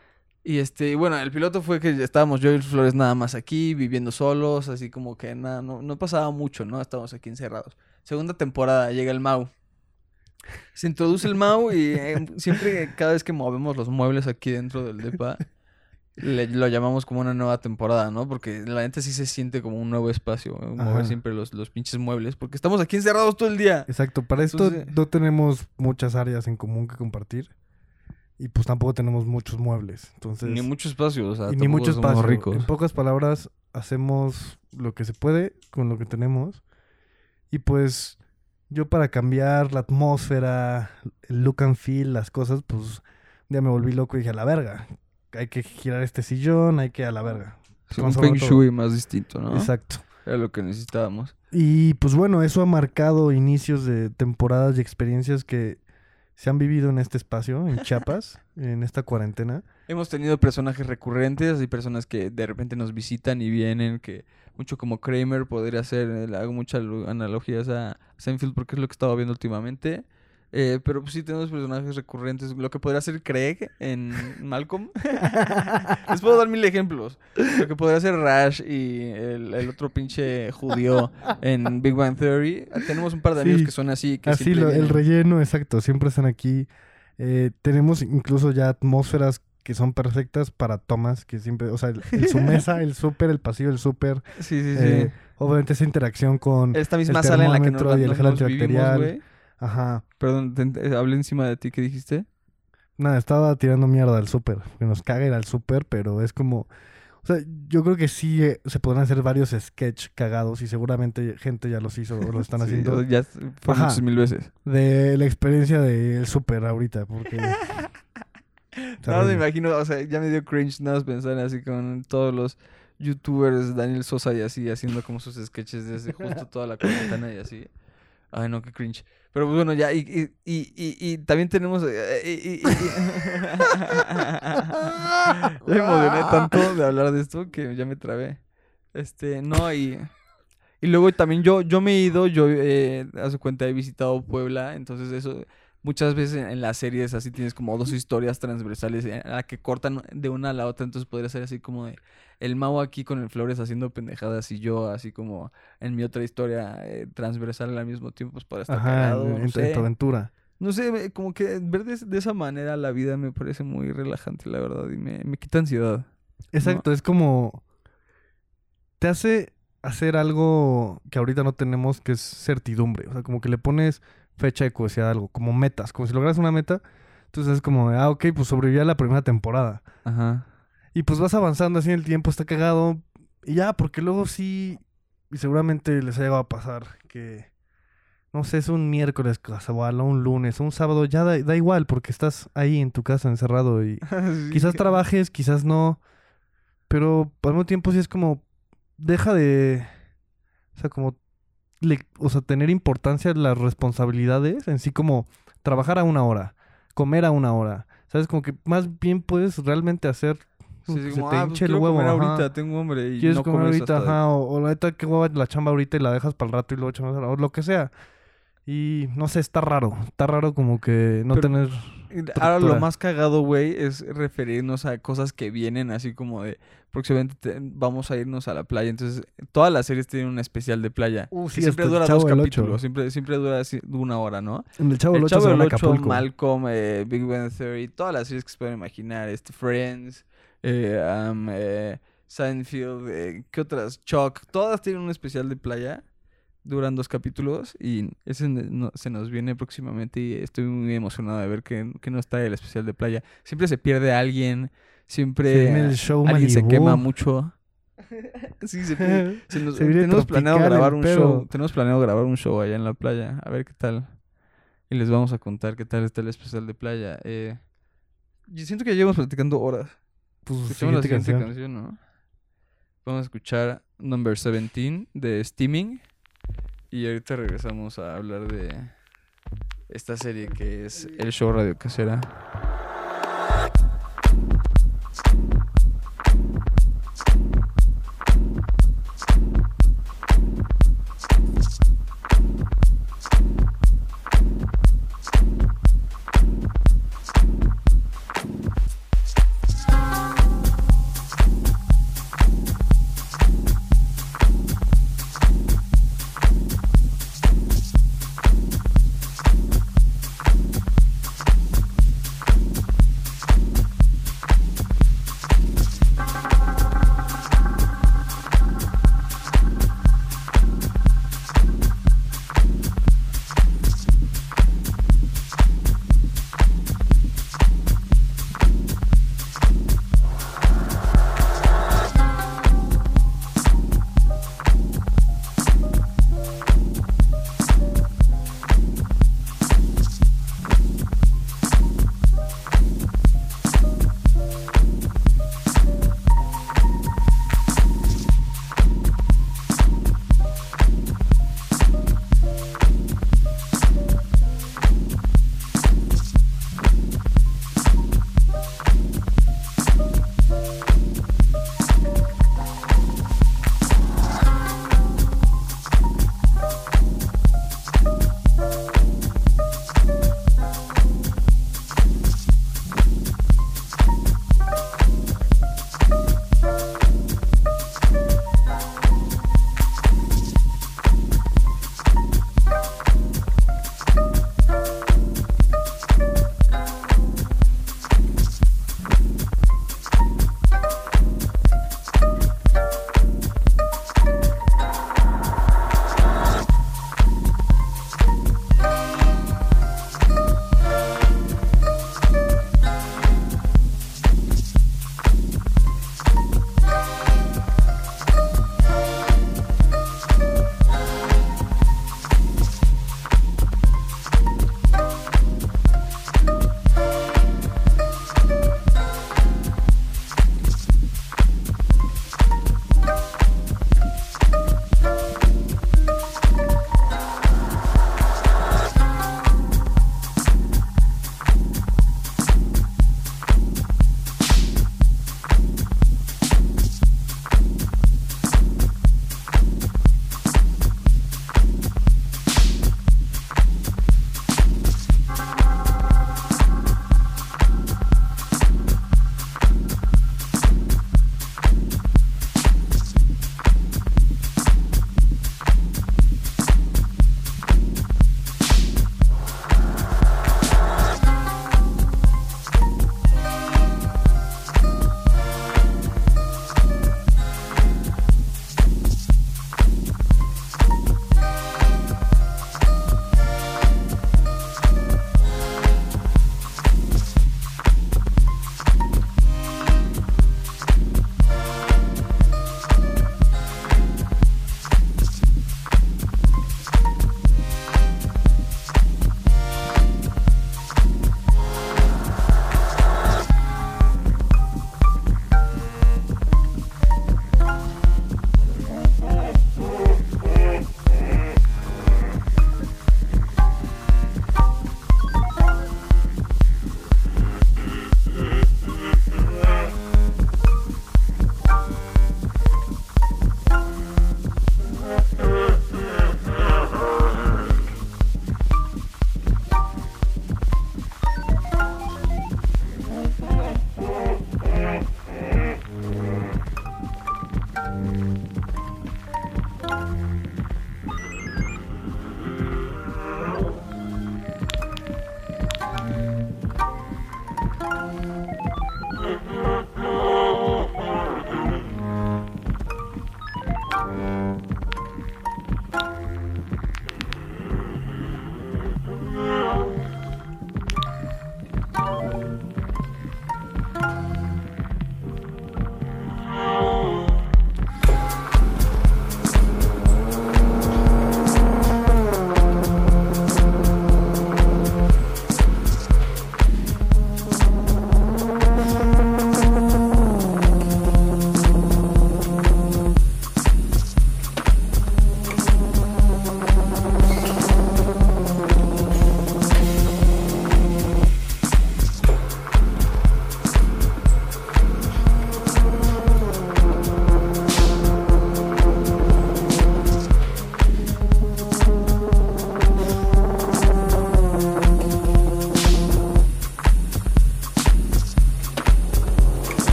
Y bueno, el piloto fue que estábamos yo y Flores nada más aquí, viviendo solos, así como que nada, no pasaba mucho, ¿no? Estábamos aquí encerrados. Segunda temporada, llega el Mau. Se introduce el Mau y siempre, cada vez que movemos los muebles aquí dentro del depa, lo llamamos como una nueva temporada, ¿no? Porque la gente sí se siente como un nuevo espacio, mover Ajá. siempre los pinches muebles, porque estamos aquí encerrados todo el día. Exacto, para esto Entonces- no tenemos muchas áreas en común que compartir. Y pues tampoco tenemos muchos muebles. Entonces, Ni mucho espacio, o sea, y ni tampoco mucho somos espacio. ricos. En pocas palabras, hacemos lo que se puede con lo que tenemos. Y pues yo para cambiar la atmósfera, el look and feel, las cosas, pues un día me volví loco y dije, a la verga. Hay que girar este sillón, hay que a la verga. Sí, un transformar Feng todo. Shui más distinto, ¿no? Exacto. Era lo que necesitábamos. Y pues bueno, eso ha marcado inicios de temporadas y experiencias que se han vivido en este espacio, en Chiapas, en esta cuarentena. Hemos tenido personajes recurrentes y personas que de repente nos visitan y vienen, que mucho como Kramer podría ser, le hago muchas analogías a Seinfeld porque es lo que estaba viendo últimamente. Pero pues sí tenemos personajes recurrentes, lo que podría ser Craig en Malcolm. Les puedo dar 1000 ejemplos. Lo que podría ser Rash y el otro pinche judío en Big Bang Theory. Tenemos un par de amigos Sí. que son así, que Así, siempre el vienen. relleno, exacto, siempre están aquí. Tenemos incluso ya atmósferas que son perfectas para tomas, que siempre, o sea, su mesa, el súper, el pasillo del súper, Sí, sí, sí. obviamente esa interacción con Esta misma el sala en la que termómetro y el gel nos vivimos, antibacterial. güey. Ajá. Perdón, hablé encima de ti, ¿qué dijiste? Nada, estaba tirando mierda al súper, que nos caga ir al súper, pero es como, o sea, yo creo que sí se podrán hacer varios sketch cagados y seguramente gente ya los hizo o lo están Sí, haciendo ya fue Ajá. muchas 1000 veces. de la experiencia del súper ahorita, porque No me imagino, o sea, ya me dio cringe nada más pensar así con todos los youtubers, Daniel Sosa y así, haciendo como sus sketches desde justo toda la cuarentena y así. Ay, no, qué cringe. Pero pues, bueno, ya, y también tenemos... Ya me emocioné tanto de hablar de esto que ya me trabé. No, y luego también yo me he ido, a su cuenta he visitado Puebla, entonces eso... Muchas veces en las series así tienes como dos historias transversales en la que cortan de una a la otra, entonces podría ser así como de el Mau aquí con el Flores haciendo pendejadas y yo así como en mi otra historia transversal al mismo tiempo, pues podría estar Ajá, cagado, no en sé. tu aventura. No sé, como que ver de esa manera la vida me parece muy relajante, la verdad, y me quita ansiedad. Exacto, es como te hace hacer algo que ahorita no tenemos, que es certidumbre. O sea, como que le pones fecha de caducidad a algo, como metas, como si logras una meta, entonces es como de, ok, pues sobreviví a la primera temporada. Ajá. Y pues vas avanzando así en el tiempo, está cagado, y ya, porque luego sí, y seguramente les ha llegado a pasar que, no sé, es un miércoles casual, o un lunes, o un sábado, ya da igual, porque estás ahí en tu casa encerrado y Sí. quizás trabajes, quizás no, pero al mismo tiempo sí es como, deja de, o sea, como, tener importancia las responsabilidades en sí, como trabajar a una hora, comer a una hora, ¿sabes? Como que más bien puedes realmente hacer Sí, que sí, se como, te pues hinche el quiero huevo, comer ajá. ahorita, tengo hambre y Quieres no comer comes ahorita, hasta... ajá, o la neta que hueva la chamba ahorita y la dejas para el rato y luego echas o lo que sea. Y no sé, está raro como que no Pero- tener... Ahora lo estructura. más cagado, güey, es referirnos a cosas que vienen así como de próximamente vamos a irnos a la playa. Entonces, todas las series tienen un especial de playa. Sí, Que siempre hasta el dura Chavo 2 del capítulos, Ocho. siempre dura así 1 hora, ¿no? En el Chavo del El Ocho Chavo se van del a 8, Acapulco. Malcolm, Big Bang Theory, todas las series que se pueden imaginar, Friends, Seinfeld, ¿qué otras? Chuck, todas tienen un especial de playa. Duran 2 capítulos y ese se nos viene próximamente y estoy muy emocionado de ver que no está el especial de playa. Siempre se pierde alguien, Se siempre viene el show alguien se Malibú. quema mucho. Sí, Se viene tenemos planeado tropical grabar el un pedo. show, tenemos planeado grabar un show allá en la playa, a ver qué tal. Y les vamos a contar qué tal está el especial de playa. Yo siento que ya llevamos platicando horas. Pues Escuchemos la siguiente siguiente canción. canción, ¿no? Vamos a escuchar Number 17 de Steaming. Y ahorita regresamos a hablar de esta serie que es El Show Radio Casera.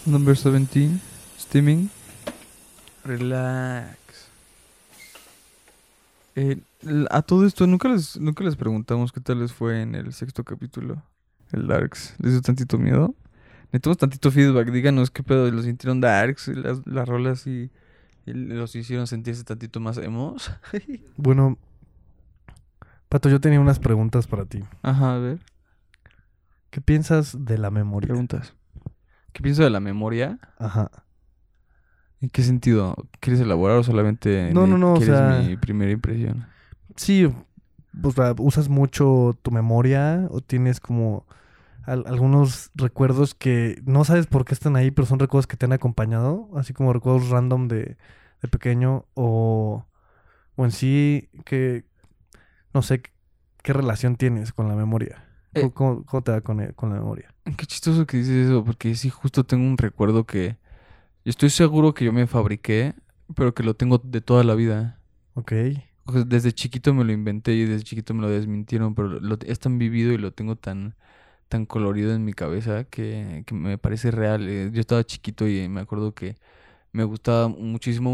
Number 17. Steaming. Relax. A todo esto, nunca les preguntamos qué tal les fue en el 6º capítulo. El Darks. ¿Les dio tantito miedo? Necesitamos tantito feedback. Díganos qué pedo. ¿Los sintieron Darks? Las rolas y los hicieron sentirse tantito más emos. Bueno, Pato, yo tenía unas preguntas para ti. Ajá, a ver. ¿Qué piensas de la memoria? Preguntas. ¿Qué pienso de la memoria? Ajá. ¿En qué sentido? ¿Quieres elaborar o solamente No, o quieres sea- mi primera impresión? Sí, o sea, ¿usas mucho tu memoria o tienes como algunos recuerdos que no sabes por qué están ahí, pero son recuerdos que te han acompañado? Así como recuerdos random de pequeño o en sí, que no sé, ¿qué relación tienes con la memoria? ¿Cómo te va con la memoria? Qué chistoso que dices eso, porque sí, justo tengo un recuerdo que yo estoy seguro que yo me fabriqué, pero que lo tengo de toda la vida. Ok. O sea, desde chiquito me lo inventé y desde chiquito me lo desmintieron, pero es tan vivido y lo tengo tan colorido en mi cabeza que me parece real. Yo estaba chiquito y me acuerdo que me gustaba muchísimo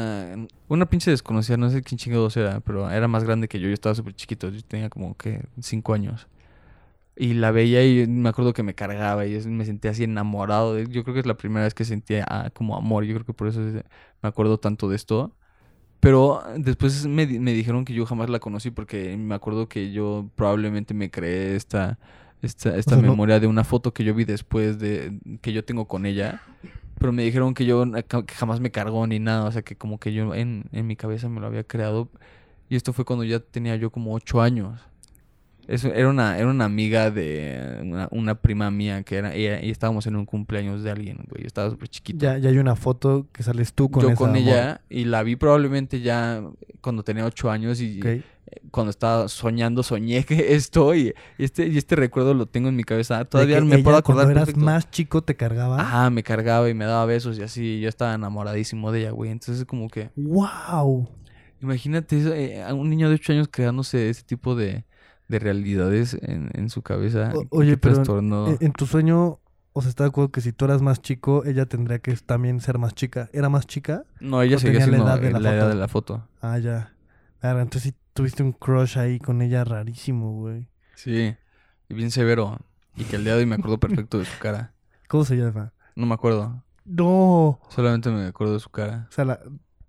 una pinche desconocida, no sé quién chingados era, pero era más grande que yo estaba súper chiquito, yo tenía como que 5 años. Y la veía y me acuerdo que me cargaba y me sentía así enamorado. Yo creo que es la primera vez que sentía como amor. Yo creo que por eso me acuerdo tanto de esto. Pero después me dijeron que yo jamás la conocí porque me acuerdo que yo probablemente me creé esta sea, no- memoria de una foto que yo vi después que yo tengo con ella. Pero me dijeron que que jamás me cargó ni nada. O sea, que como que yo en mi cabeza me lo había creado. Y esto fue cuando ya tenía yo como 8 años. Eso era una amiga de una prima mía y estábamos en un cumpleaños de alguien, güey. Yo estaba súper chiquito. Ya hay una foto que sales tú con Yo esa con morra. ella y la vi probablemente ya cuando tenía 8 años y Ok. cuando estaba soñando soñé que esto y este recuerdo lo tengo en mi cabeza. Todavía De que me ella, puedo acordar cuando eras perfecto. más chico te cargaba. Ajá, me cargaba y me daba besos y así. Yo estaba enamoradísimo de ella, güey. Entonces como que ¡Wow! imagínate eso, a un niño de 8 años creándose ese tipo de realidades en su cabeza. Oye, Qué pero trastorno. en tu sueño, o sea, está de acuerdo que si tú eras más chico, ella tendría que también ser más chica. ¿Era más chica? No, ella o seguía tenía la siendo edad de la la edad foto. de la foto. Ah, ya. Claro, entonces sí tuviste un crush ahí con ella rarísimo, güey. Sí, y bien severo. Y que el día de hoy me acuerdo perfecto de su cara. ¿Cómo se llama? No me acuerdo. No. Solamente me acuerdo de su cara. O sea,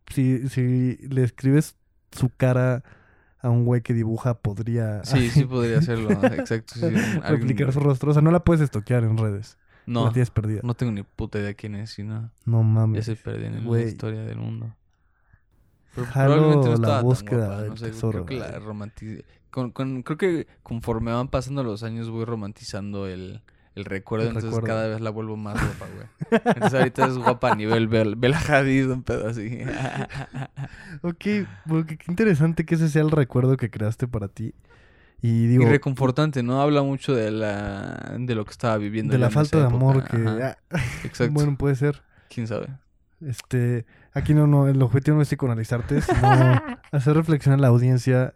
si le escribes su cara a un güey que dibuja, podría Sí podría hacerlo. Exacto. Sí, replicar su rostro. O sea, no la puedes estoquear en redes. No, La tienes perdida. no tengo ni puta idea quién es, sino No ya mames. se perdieron en la Güey. historia del mundo. Pero Jalo probablemente no la estaba tan búsqueda guapa, del no sé, tesoro, creo que la güey. romanticé. Creo que conforme van pasando los años voy romantizando el recuerdo, El entonces recuerdo. cada vez la vuelvo más guapa, güey. Entonces ahorita es guapa a nivel Bella Hadid, un pedo así. Ok, porque qué interesante que ese sea el recuerdo que creaste para ti. Y Y digo, reconfortante, ¿no? Habla mucho de lo que estaba viviendo de yo la en falta esa de amor época. que... Ajá, exacto. Bueno, puede ser. ¿Quién sabe? Aquí no, el objetivo no es psicoanalizarte, sino hacer reflexionar a la audiencia.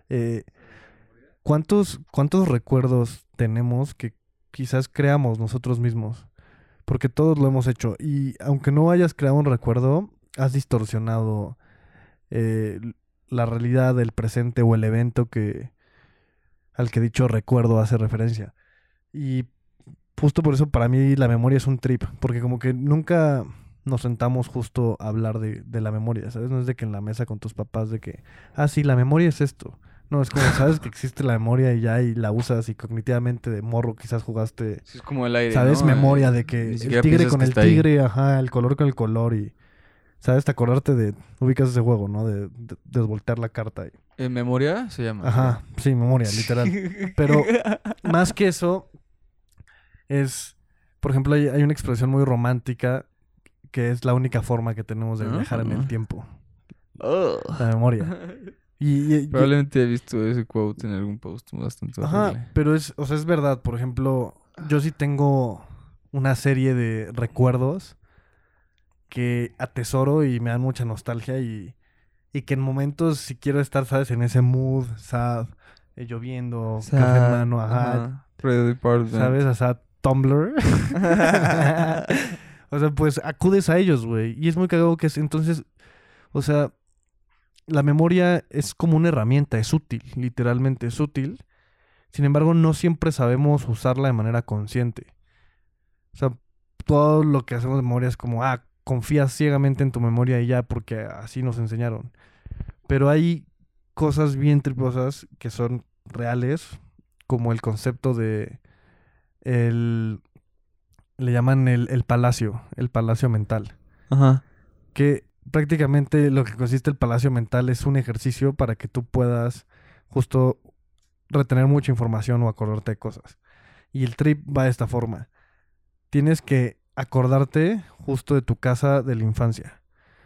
¿Cuántos recuerdos tenemos que quizás creamos nosotros mismos? Porque todos lo hemos hecho. Y aunque no hayas creado un recuerdo, has distorsionado la realidad del presente o el evento al que dicho recuerdo hace referencia. Y justo por eso para mí la memoria es un trip, porque como que nunca nos sentamos justo a hablar de la memoria, ¿sabes? No es de que en la mesa con tus papás de que, sí, la memoria es esto. No, es como, sabes que existe la memoria y ya y la usas y cognitivamente de morro quizás jugaste, Sí, es como el aire, ¿sabes? ¿no? Memoria de que Ni el siquiera tigre piensas con que el está ahí. tigre, ajá, el color con el color y, ¿sabes? Te acordarte ubicas ese juego, ¿no? De desvoltear la carta. ¿En memoria se llama? Ajá, sí, memoria, literal. Pero más que eso, por ejemplo, hay una expresión muy romántica que es la única forma que tenemos de viajar en el tiempo. La memoria. Y Probablemente he visto ese quote en algún post bastante horrible. ajá, pero es verdad. Por ejemplo, yo sí tengo una serie de recuerdos que atesoro y me dan mucha nostalgia y que en momentos si quiero estar, ¿sabes? En ese mood, sad, lloviendo, café en mano, ajá. Ready Department. ¿Sabes? O sea, Tumblr. O sea, pues acudes a ellos, güey. Y es muy cagado que entonces, o sea, la memoria es como una herramienta, es útil, literalmente es útil. Sin embargo, no siempre sabemos usarla de manera consciente. O sea, todo lo que hacemos de memoria es como, confías ciegamente en tu memoria y ya, porque así nos enseñaron. Pero hay cosas bien triposas que son reales, como el concepto de le llaman el palacio mental. Ajá. Que prácticamente lo que consiste el palacio mental es un ejercicio para que tú puedas justo retener mucha información o acordarte de cosas. Y el trip va de esta forma. Tienes que acordarte justo de tu casa de la infancia.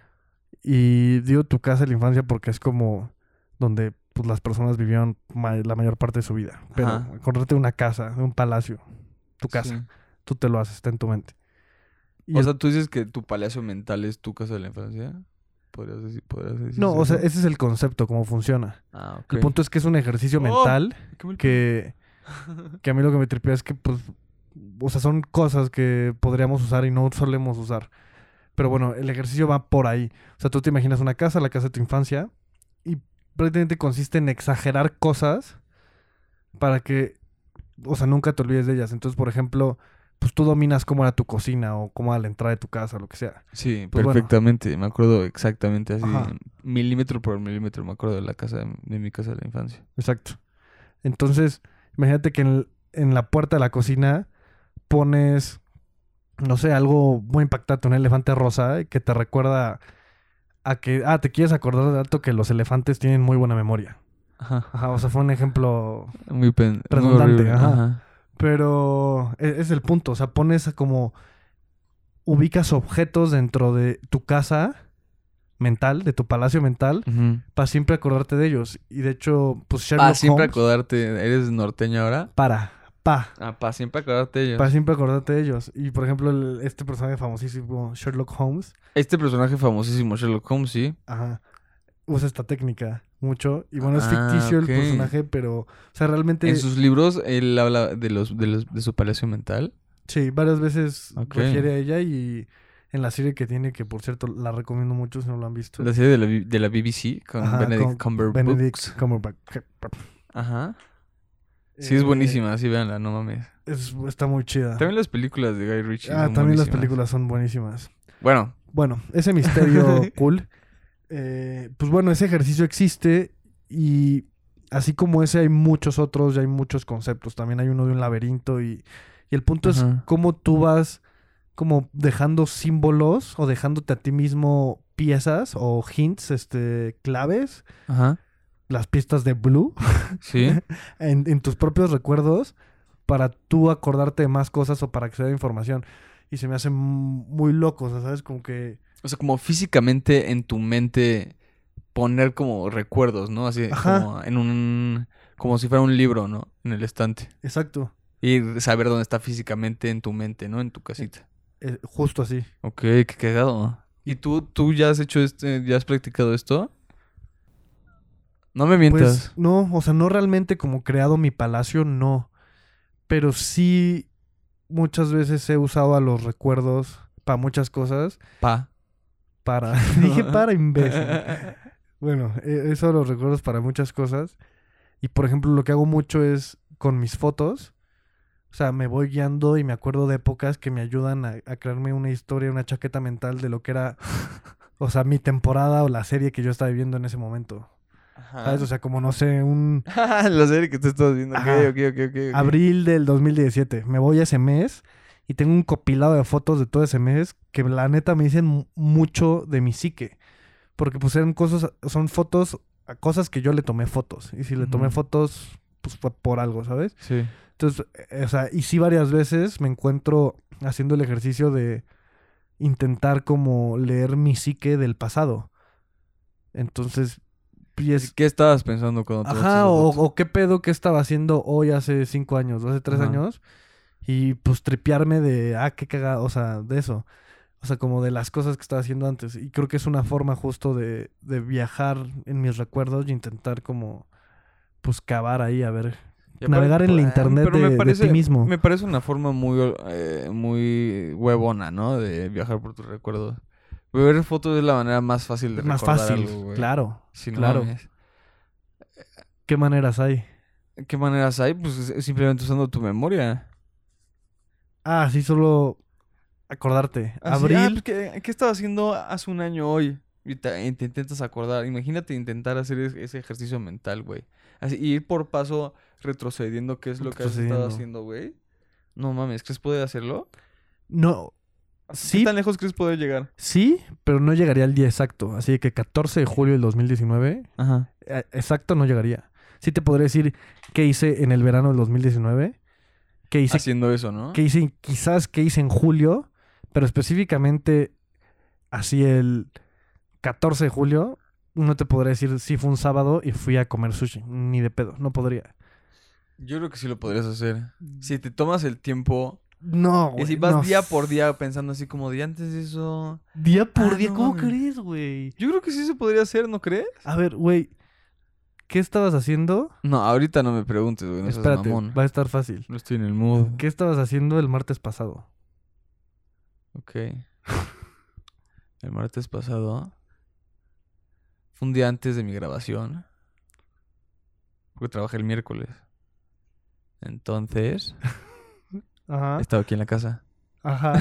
Y digo tu casa de la infancia porque es como donde pues, las personas vivieron la mayor parte de su vida. Pero Ajá. acordarte de una casa, de un palacio, tu casa. Sí. Tú te lo haces, está en tu mente. Y O sea, tú dices que tu palacio mental es tu casa de la infancia. ¿Podrías decir no, o sea, eso? ese es el concepto, cómo funciona. Ah, ok. El punto es que es un ejercicio ¡Oh! mental Qué mal que a mí lo que me tripea es que, pues, o sea, son cosas que podríamos usar y no solemos usar. Pero bueno, el ejercicio va por ahí. O sea, tú te imaginas una casa, la casa de tu infancia, y prácticamente consiste en exagerar cosas para que, o sea, nunca te olvides de ellas. Entonces, por ejemplo, pues tú dominas cómo era tu cocina o cómo era la entrada de tu casa, lo que sea. Sí, Pues bueno. perfectamente. Me acuerdo exactamente así, Ajá. milímetro por milímetro. Me acuerdo de la casa, de mi casa de la infancia. Exacto. Entonces, imagínate que en la puerta de la cocina pones, no sé, algo muy impactante, un elefante rosa que te recuerda a que, te quieres acordar de dato que los elefantes tienen muy buena memoria. Ajá. Ajá, o sea, fue un ejemplo, Muy Redundante, horrible. ajá. pero es el punto, o sea, pones como, ubicas objetos dentro de tu casa mental, de tu palacio mental, Ujú. para siempre acordarte de ellos. Y de hecho, pues Sherlock Siempre Holmes, acordarte. ¿Eres norteño ahora? para Siempre acordarte de ellos. Para siempre acordarte de ellos. Y por ejemplo, este personaje famosísimo, Sherlock Holmes, Este personaje famosísimo, Sherlock Holmes, sí. ajá, usa esta técnica mucho. Y bueno, es Ah, ficticio ok. el personaje, pero, o sea, realmente, En sus libros, él habla de su palacio mental. sí, varias veces Ok. refiere a ella y en la serie que tiene, que por cierto la recomiendo mucho si no lo han visto. La serie de la BBC con Ajá, Benedict con Cumberbatch. Benedict Cumberbatch. Ajá. Sí, es Eh, buenísima, sí, véanla, no mames. Está muy chida. También las películas de Guy Ritchie son También las buenísimas. películas son buenísimas. Bueno, Bueno, ese misterio cool. Pues bueno, ese ejercicio existe y así como ese hay muchos otros, ya hay muchos conceptos. También hay uno de un laberinto y el punto es Ajá. cómo tú vas como dejando símbolos o dejándote a ti mismo piezas o hints, claves, Ajá. las pistas de Blue Sí. en tus propios recuerdos para tú acordarte de más cosas o para acceder a información. Y se me hace muy loco, o sea, ¿sabes? Como que... O sea, como físicamente en tu mente poner como recuerdos, ¿no? Así Ajá. como como si fuera un libro, ¿no? En el estante. Exacto. Y saber dónde está físicamente en tu mente, ¿no? En tu casita. Justo así. Ok, qué cagado. ¿Y tú ya has hecho ya has practicado esto? No me mientas. Pues no, o sea, no realmente como creado mi palacio, no. Pero sí muchas veces he usado a los recuerdos para muchas cosas. Pa. Dije para, imbécil. Bueno, he usado los recuerdos para muchas cosas. Y por ejemplo, lo que hago mucho es con mis fotos. O sea, me voy guiando y me acuerdo de épocas que me ayudan a crearme una historia, una chaqueta mental de lo que era, o sea, mi temporada o la serie que yo estaba viviendo en ese momento. ¿Sabes? O sea, como no sé, La serie que te estás viendo. Ajá. Ok. abril del 2017. Me voy a ese mes y tengo un compilado de fotos de todo ese mes que la neta me dicen mucho de mi psique. Porque pues eran son fotos, a cosas que yo le tomé fotos. Y si le tomé Ujú. fotos, pues fue por algo, ¿sabes? Sí. Entonces, o sea, y sí varias veces me encuentro haciendo el ejercicio de intentar como leer mi psique del pasado. Entonces, y es... ¿Qué estabas pensando cuando tomaste Ajá, esa o, foto? o qué pedo que estaba haciendo hoy hace 5 años, o hace 3 Ajá. años. Y pues tripearme de, qué cagado, o sea, de eso. O sea, como de las cosas que estaba haciendo antes. Y creo que es una forma justo de viajar en mis recuerdos y intentar como, pues cavar ahí a ver Y navegar en la internet pero de ti mismo. Me parece una forma muy huevona, ¿no? De viajar por tus recuerdos. Ver fotos es la manera más fácil de Más recordar fácil, algo, güey. claro. Si no claro. mames. ¿Qué maneras hay? ¿Qué maneras hay? Pues es simplemente usando tu memoria. Ah, sí, solo acordarte. Así, Abril. pues, ¿qué estaba haciendo hace un año hoy? Y te intentas acordar. Imagínate intentar hacer ese ejercicio mental, güey. Así, y ir por paso retrocediendo qué es lo que has estado Retrocediendo. haciendo, güey. No mames, ¿crees poder hacerlo? No. ¿Qué Sí, tan lejos crees poder llegar? sí, pero no llegaría al día exacto. Así que 14 de julio del 2019, Ajá. exacto no llegaría. Sí te podría decir qué hice en el verano del 2019, qué hice, Haciendo eso, ¿no? quizás qué hice en julio, pero específicamente así el 14 de julio, no te podría decir si fue un sábado y fui a comer sushi. Ni de pedo, no podría. Yo creo que sí lo podrías hacer. Si te tomas el tiempo No, y güey. si vas no. día por día pensando así como de antes de eso... Día por Ah, día, no ¿cómo mames. crees, güey? Yo creo que sí se podría hacer, ¿no crees? A ver, güey, ¿qué estabas haciendo? No, ahorita no me preguntes, güey. No seas Espérate, mamón. va a estar fácil. No estoy en el mood. ¿Qué estabas haciendo el martes pasado? Ok. El martes pasado fue un día antes de mi grabación. Porque trabajé el miércoles. Entonces, Ajá. estaba aquí en la casa. Ajá.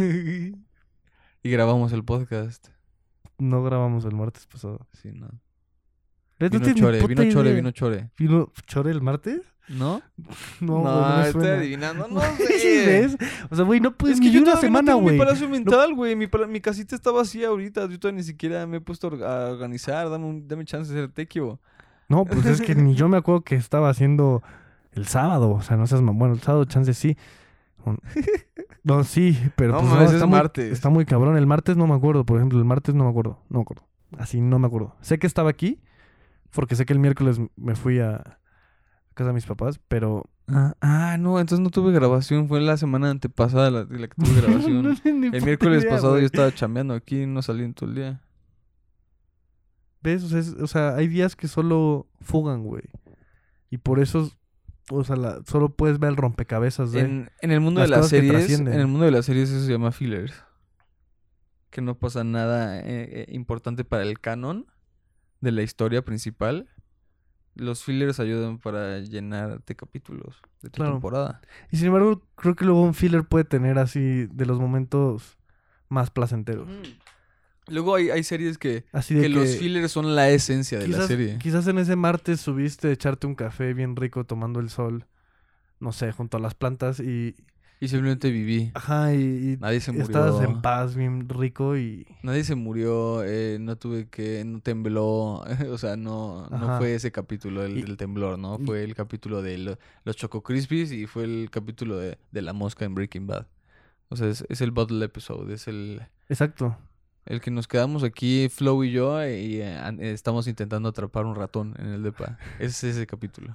Y grabamos el podcast. No grabamos el martes pasado. Sí, no. ¿Ves? No Vino tienes ni Chore, puta vino Chore, idea. vino Chore. ¿Vino Chore el martes? ¿No? No, güey, no me estoy suena. adivinando. No ¿Sí sé. ves? O sea, güey, no puedes Es que ni yo una todavía semana, no tengo güey. mi palacio mental, güey. Mi casita está vacía ahorita. Yo todavía ni siquiera me he puesto a organizar. Dame chance de ser tequio. No, pues es que ni yo me acuerdo que estaba haciendo el sábado. O sea, no seas bueno, el sábado chance sí. No, sí, pero No, pues mames, es está martes. Está muy cabrón. El martes no me acuerdo, por ejemplo. El martes no me acuerdo. No me acuerdo. Así no me acuerdo. Sé que estaba aquí, porque sé que el miércoles me fui a casa de mis papás, pero... No, entonces no tuve grabación. Fue la semana antepasada la que tuve grabación. No tengo ni El puta miércoles idea, pasado güey. yo estaba chambeando aquí y no salí en todo el día. ¿Ves? O sea, hay días que solo fugan, güey. Y por eso, o sea, solo puedes ver el rompecabezas de... En el mundo las de las cosas que series, trascienden. en el mundo de las series eso se llama fillers. Que no pasa nada importante para el canon de la historia principal. Los fillers ayudan para llenarte capítulos de tu Claro. temporada. Y sin embargo, creo que luego un filler puede tener así de los momentos más placenteros. Luego hay series que Así de que los fillers son la esencia de la serie. quizás en ese martes subiste a echarte un café bien rico tomando el sol, no sé, junto a las plantas y... Y simplemente viví. Ajá, y Nadie se murió. estabas en paz bien rico y... Nadie se murió, no tembló, o sea, no Ajá. fue ese capítulo Y- del temblor, ¿no? y- Fue el capítulo de los Choco Crispies y fue el capítulo de la mosca en Breaking Bad. O sea, es el bottle episode, es el Exacto. que nos quedamos aquí, Flo y yo, y estamos intentando atrapar un ratón en el depa. Es ese capítulo.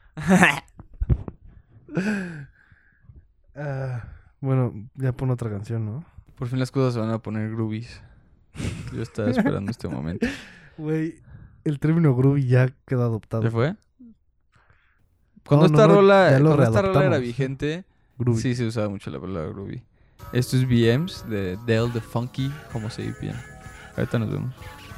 Bueno, ya pon otra canción, ¿no? Por fin las cosas se van a poner groovies. Yo estaba esperando este momento. Güey, el término groovy ya quedó adoptado. ¿Ya fue? Cuando No, esta no, rola, ya lo cuando esta rola era readoptamos. vigente, Groovy. sí se usaba mucho la palabra groovy. Esto es BMs de Dale the Funky Homo Sapien. Ahorita nos vemos.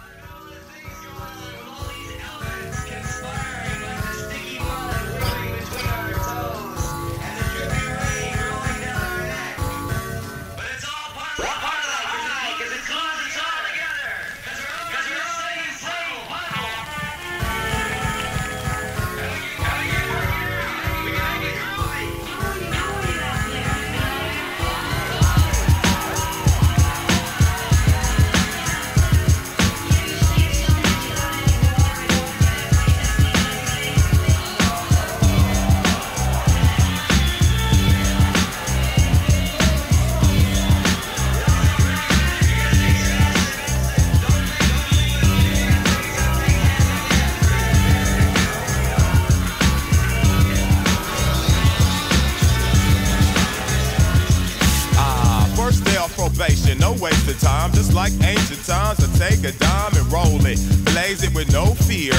First day off probation, no waste of time. Just like ancient times, I take a dime and roll it. Blaze it with no fear. After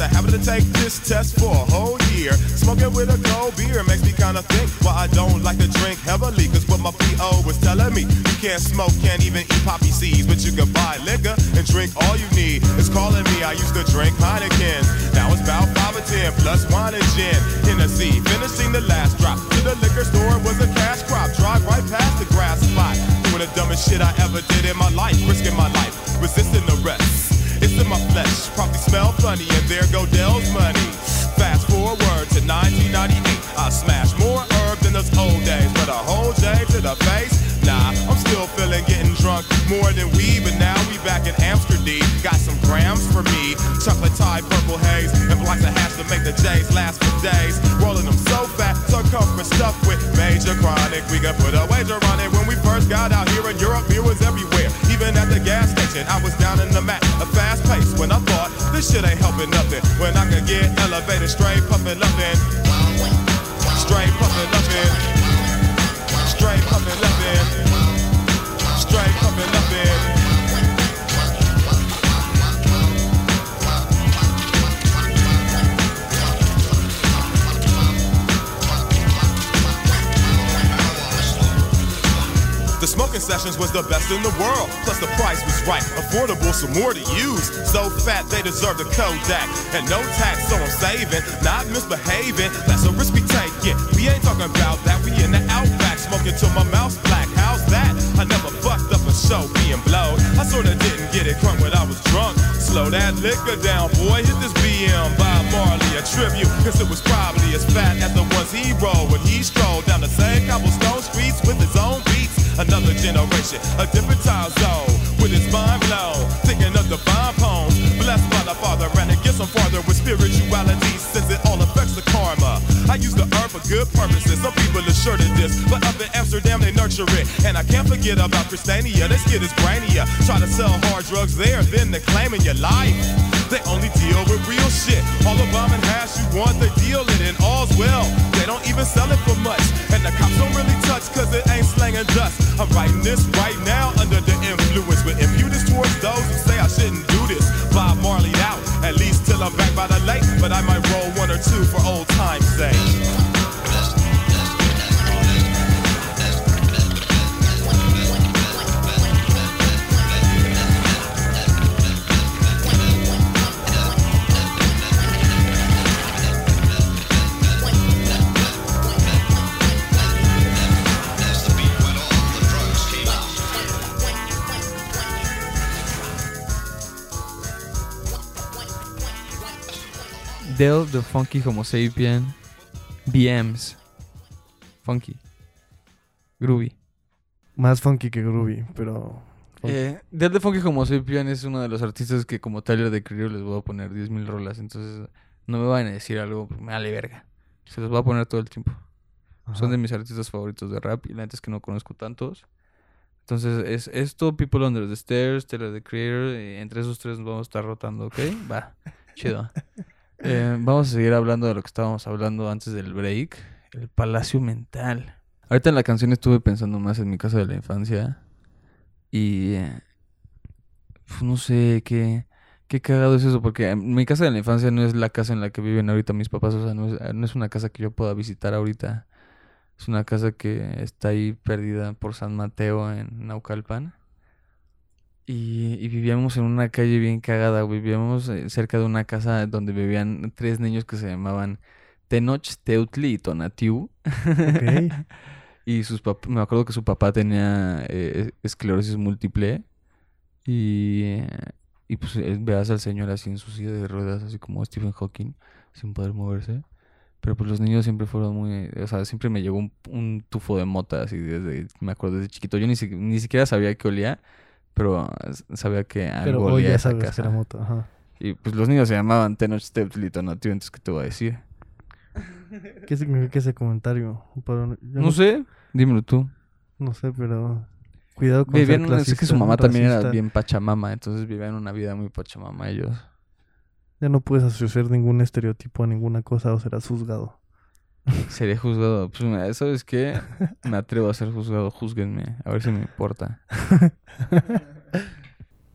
the habit to take this test for a whole year. Smoking with a cold beer makes me kinda think why I don't like to drink heavily. Cause what my P.O. was telling me, you can't smoke, can't even eat poppy seeds, but you can buy liquor and drink all you need. It's calling me, I used to drink Heineken. Now it's about 5 or 10 plus wine and gin. Hennessy, finishing the last drop. To the liquor store was a cash crop. Drive right past the grass spot. Doing the dumbest shit I ever did in my life. Risking my life, resisting arrest. It's in my flesh, probably smell funny, and there go Dell's money. Fast forward to 1998, I smashed more herb than those old days, but a whole J to the face. Nah, I'm still feeling getting drunk more than weed, but now we back in Amsterdam. Got some grams for me, chocolate tie, purple haze, and blocks of hash to make the J's last for days. Rolling them so fat, circumference stuffed with major chronic. We could put a wager on it. When we first got out here in Europe, beer was everywhere. Even at the gas station, I was down in the mat, a fast pace. When I thought this shit ain't helping nothing, when I could get elevated, straight puffin' lovin', straight puffin' lovin', straight puffin' lovin', straight puffin' lovin'. The smoking sessions was the best in the world. Plus the price was right, affordable, some more to use. So fat they deserve the Kodak. And no tax, so I'm saving, not misbehaving. That's a risk we taking. We ain't talking about that. We in the outback, smoking till my mouth's black. How's that? I never fucked up a show being blowed. I sorta didn't get it crunk when I was drunk. Slow that liquor down, boy. Hit this BM by Marley, a tribute. Cause it was probably as fat as the ones he rolled when he strolled down the same cobblestone streets with his own beats. Another generation, a different time zone. With his mind blown, thinking of divine poems. Blessed by the Father, and it gets him farther with spirituality, since it all affects the karma. I use the herb for good purposes. Some people are sure to this, but up in Amsterdam they nurture it. And I can't forget about Christiania. This kid is brainier. Try to sell hard drugs there, then they're claiming your life. They only deal with real shit. All the bomb and hash you want, they deal it, and all's well. They don't even sell it for much, and the cops don't really touch, cause it ain't slanging dust. I'm writing this right now under the influence, with impudence towards those who say I shouldn't do this. Bob Marley out, at least till I'm back by the lake, but I might roll one or two for old time's sake. Del the Funky Homo Sapien, BMs. Funky. Groovy. Más funky que groovy, pero... Del the Funky Homo Sapien es uno de los artistas que como Tyler the Creator les voy a poner 10,000 rolas. Entonces no me van a decir algo, me vale verga. Se los voy a poner todo el tiempo. Ajá. Son de mis artistas favoritos de rap y la neta es que no conozco tantos. Entonces es esto, People Under the Stairs, Tyler the Creator. Y entre esos tres nos vamos a estar rotando, ¿ok? Va, chido. Vamos a seguir hablando de lo que estábamos hablando antes del break. El palacio mental. Ahorita en la canción estuve pensando más en mi casa de la infancia. Y... pues no sé qué cagado es eso. Porque mi casa de la infancia no es la casa en la que viven ahorita mis papás. O sea, no es una casa que yo pueda visitar ahorita. Es una casa que está ahí perdida por San Mateo en Naucalpan. Y vivíamos en una calle bien cagada. Vivíamos cerca de una casa donde vivían 3 niños que se llamaban Tenoch, Teutli y Tonatiu. Ok. Y me acuerdo que su papá tenía esclerosis múltiple. Y pues veas al señor así en su silla de ruedas, así como Stephen Hawking, sin poder moverse. Pero pues los niños siempre fueron muy... O sea, siempre me llegó un tufo de mota, así me acuerdo desde chiquito. Yo ni siquiera sabía que olía, pero sabía que algo Pero hoy olía ya esa sabes casa. que era moto, ajá. Y pues los niños se llamaban Tenoch, Teutli y Tonatiu, entonces ¿qué te voy a decir? ¿Qué significa ese comentario? Yo No sé, dímelo tú. No sé, pero... Cuidado con Vivían ser sé que clasista, su mamá también era racista. bien pachamama, entonces vivían una vida muy pachamama ellos. Ya no puedes asociar ningún estereotipo a ninguna cosa o serás juzgado. Seré juzgado. Pues mira, ¿sabes qué? Me atrevo a ser juzgado. Júzguenme. A ver si me importa.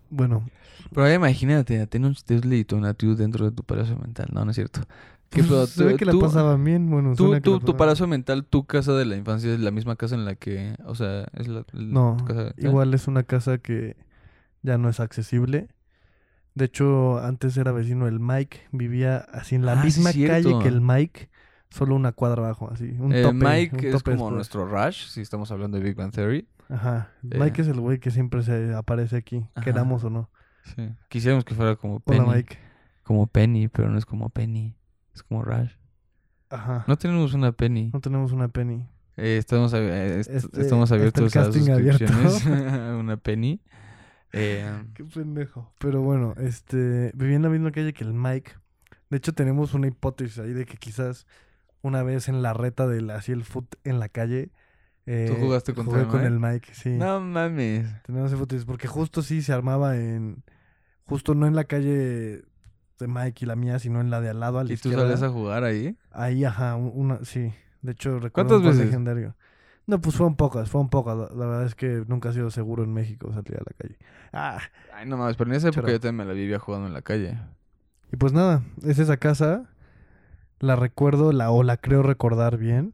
Bueno, Pero ahora imagínate, tener un Tesla y Tonatiuh dentro de tu palacio mental. No, no es cierto. ¿Qué pedo? se ve que la pasaban bien. Bueno, suena que la Tu pasaban palacio mental, tu casa de la infancia es la misma casa en la que... O sea, es No, tu casa... igual es una casa que ya no es accesible. De hecho, antes era vecino del Mike. Vivía así en la Ah, sí, misma cierto. calle que el Mike. Solo una cuadra abajo, así. Un tope. Mike un es tope como después. nuestro Rush, si estamos hablando de Big Bang Theory. Ajá. Eh. Mike es el güey que siempre se aparece aquí. Ajá. Queramos o no. Sí. Quisiéramos que fuera como Penny. Hola, Mike. Como Penny, pero no es como Penny. Es como Rush. Ajá. No tenemos una Penny. No tenemos una penny. Estamos Está el abiertos a casting abierto. suscripciones. Una Penny. Qué pendejo. Pero bueno, vivía en la misma calle que el Mike. De hecho, tenemos una hipótesis ahí de que quizás una vez en la reta del así el foot en la calle. ¿Tú jugaste contra jugué el con Mike? el Mike, sí. No mames. Tenemos hipótesis. Porque justo sí se armaba justo no en la calle de Mike y la mía, sino en la de al lado a la ¿Y tú izquierda. sales a jugar ahí? Ahí, ajá, sí. De hecho, recuerdo ¿Cuántas un gol veces? legendario. No, pues fueron pocas. La verdad es que nunca ha sido seguro en México salir a la calle. Ah, Ay, no mames, pero en esa época Choro. yo también me la vivía jugando en la calle. y pues nada, es esa casa. La recuerdo, o la creo recordar bien.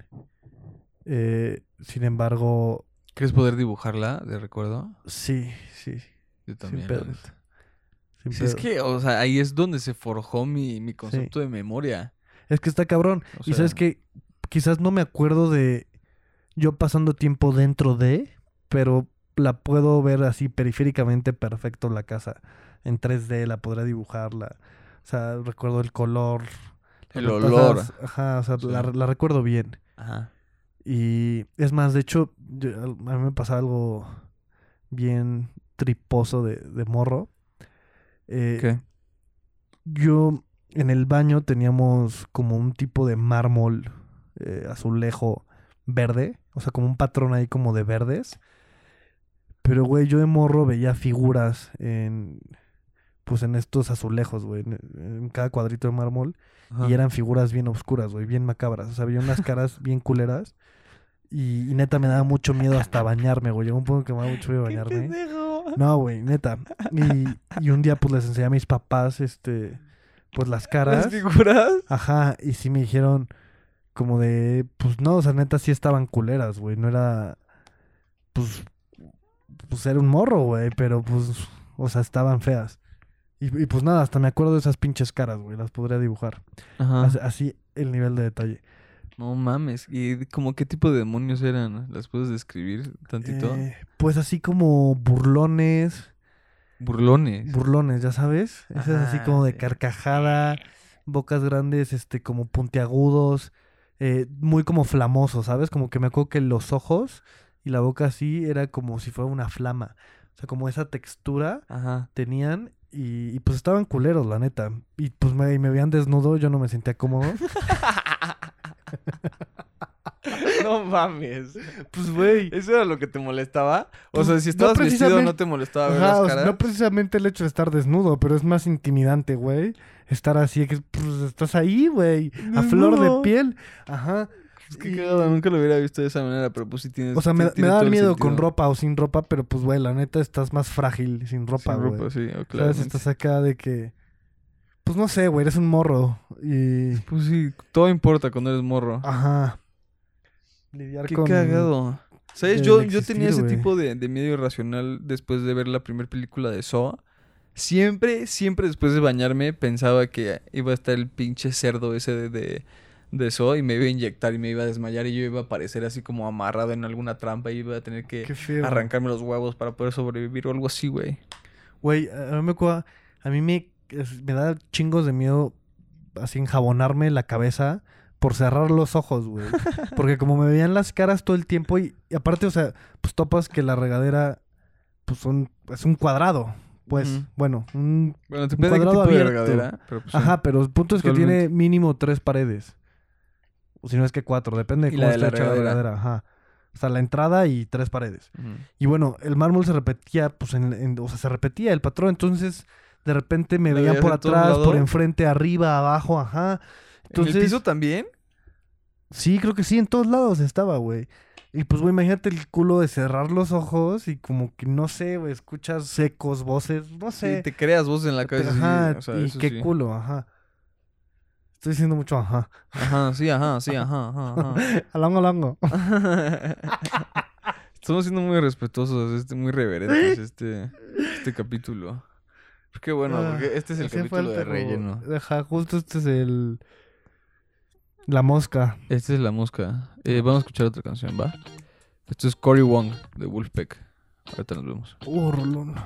Sin embargo, ¿Quieres poder dibujarla de recuerdo? sí. Yo también, pedos. la neta. sin Sí, es pedos. que, o sea, ahí es donde se forjó mi concepto de memoria. Es que está cabrón. O Y sea- sabes que quizás no me acuerdo de yo pasando tiempo dentro de, pero la puedo ver así periféricamente perfecto la casa. En 3D la podré dibujarla. O sea, recuerdo el color. El las olor. ventajas. Ajá, o sea, Sí. la recuerdo bien. Ajá. Y es más, de hecho, a mí me pasaba algo bien triposo de morro. ¿Qué? Yo en el baño teníamos como un tipo de mármol azulejo verde. O sea, como un patrón ahí como de verdes. Pero, güey, yo de morro veía figuras pues en estos azulejos, güey. En cada cuadrito de mármol. Ajá. Y eran figuras bien oscuras, güey, bien macabras. O sea, había unas caras bien culeras. Y neta me daba mucho miedo hasta bañarme, güey. Llegó un punto que me daba mucho miedo bañarme. No, güey, neta. Y un día pues les enseñé a mis papás, pues las caras. ¿Las figuras? Ajá, y sí me dijeron como de, pues no, o sea, neta sí estaban culeras, güey. No era, pues era un morro, güey, pero pues, o sea, estaban feas. Y pues nada, hasta me acuerdo de esas pinches caras, güey, las podría dibujar. Ajá. Así el nivel de detalle. No mames. ¿Y como qué tipo de demonios eran? ¿Las puedes describir tantito? Pues así como burlones, Burlones. ya sabes. Esas así Ajá, como de sí. carcajada, bocas grandes, como puntiagudos, muy como flamosos, ¿sabes? Como que me acuerdo que los ojos y la boca así era como si fuera una flama. O sea, como esa textura Ajá. tenían y pues estaban culeros, la neta. Y pues me veían desnudo, yo no me sentía cómodo. No mames. Pues, güey. ¿Eso era lo que te molestaba? O Pues, sea, si no estabas vestido, precisamente- ¿no te molestaba ver Ajá, las o sea, caras? no precisamente el hecho de estar desnudo, pero es más intimidante, güey. Estar así, que pues, estás ahí, güey, a flor de Desnudo. piel. Ajá. Es que Y- cagado, nunca lo hubiera visto de esa manera, pero pues sí tienes... O sea, me tiene daba todo el miedo sentido. con ropa o sin ropa, pero pues, güey, la neta estás más frágil sin ropa, Sin güey. ropa, sí, ¿Sabes? claramente. Estás acá de que... Pues no sé, güey, eres un morro. Y... Pues sí, todo importa cuando eres morro. Ajá. Lidiar Qué con... cagado. ¿Sabes? del Yo existir, tenía ese güey. tipo de miedo irracional después de ver la primera película de Saw. Siempre después de bañarme pensaba que iba a estar el pinche cerdo ese de Saw y me iba a inyectar y me iba a desmayar y yo iba a aparecer así como amarrado en alguna trampa y iba a tener que Qué feo. arrancarme los huevos para poder sobrevivir o algo así, güey. Güey, a mí me da chingos de miedo así enjabonarme la cabeza por cerrar los ojos, güey. Porque como me veían las caras todo el tiempo y aparte, o sea, pues topas que la regadera pues es un cuadrado. Pues, Ujú. bueno, Bueno, depende de qué cuadrado tipo de abierto. regadera. Pero pues, sí. ajá, pero el punto es que Usualmente. tiene mínimo 3 paredes. O si no es que 4, depende de Y cómo la de esté la hecha la regadera. regadera. Ajá. O sea, la entrada y 3 paredes. Ujú. Y bueno, el mármol se repetía, pues, o sea, se repetía el patrón. Entonces, de repente me ¿Lo veían veías por en todos atrás, por lados? enfrente, arriba, abajo, ajá. ¿En Entonces, el piso también? sí, creo que sí, en todos lados estaba, güey. Y pues, güey, imagínate el culo de cerrar los ojos y como que, no sé, güey, escuchas ecos, voces, no Sí, sé. te creas voces en la cabeza. sí, Ajá, o sea, y eso qué sí. culo, ajá. Estoy diciendo mucho ajá. Ajá, sí, ajá, ajá. Alango, alango. Estamos siendo muy respetuosos, muy reverentes este capítulo. Qué bueno, porque este es el Hacía capítulo de falta como- relleno. Ajá, justo este es el... La mosca. Esta es la mosca. Vamos a escuchar otra canción, ¿va? Esto es Cory Wong de Wolfpack. Ahorita nos vemos. Rolón.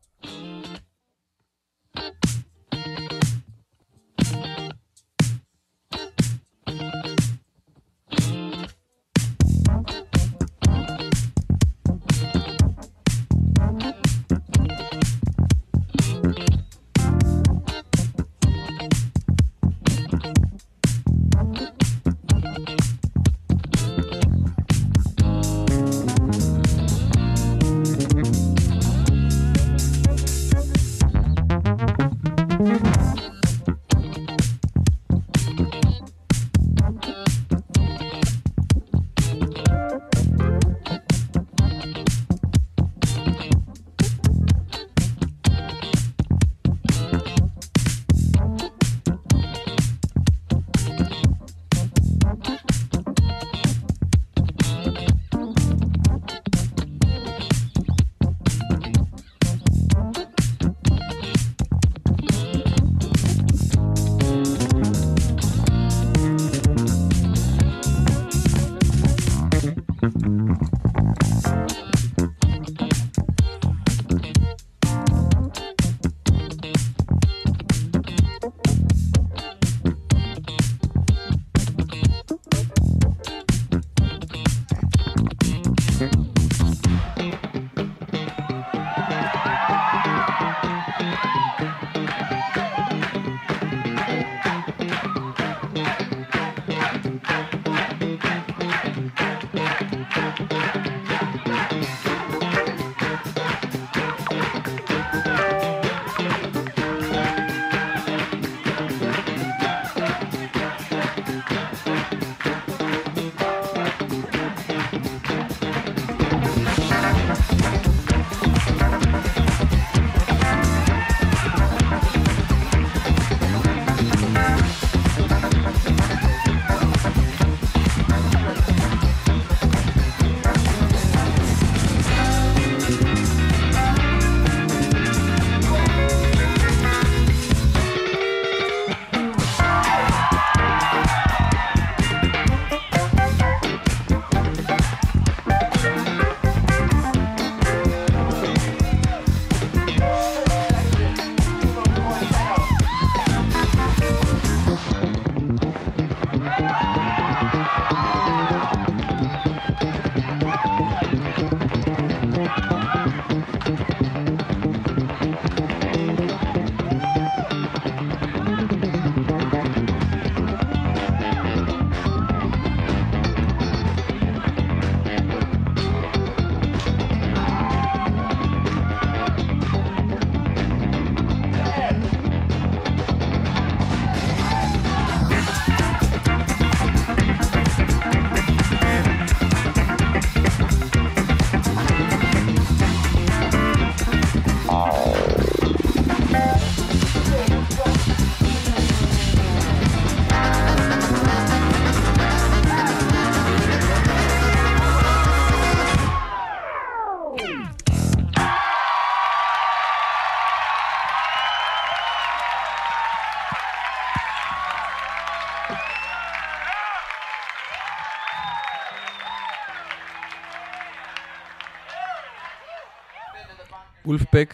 Wolfpack,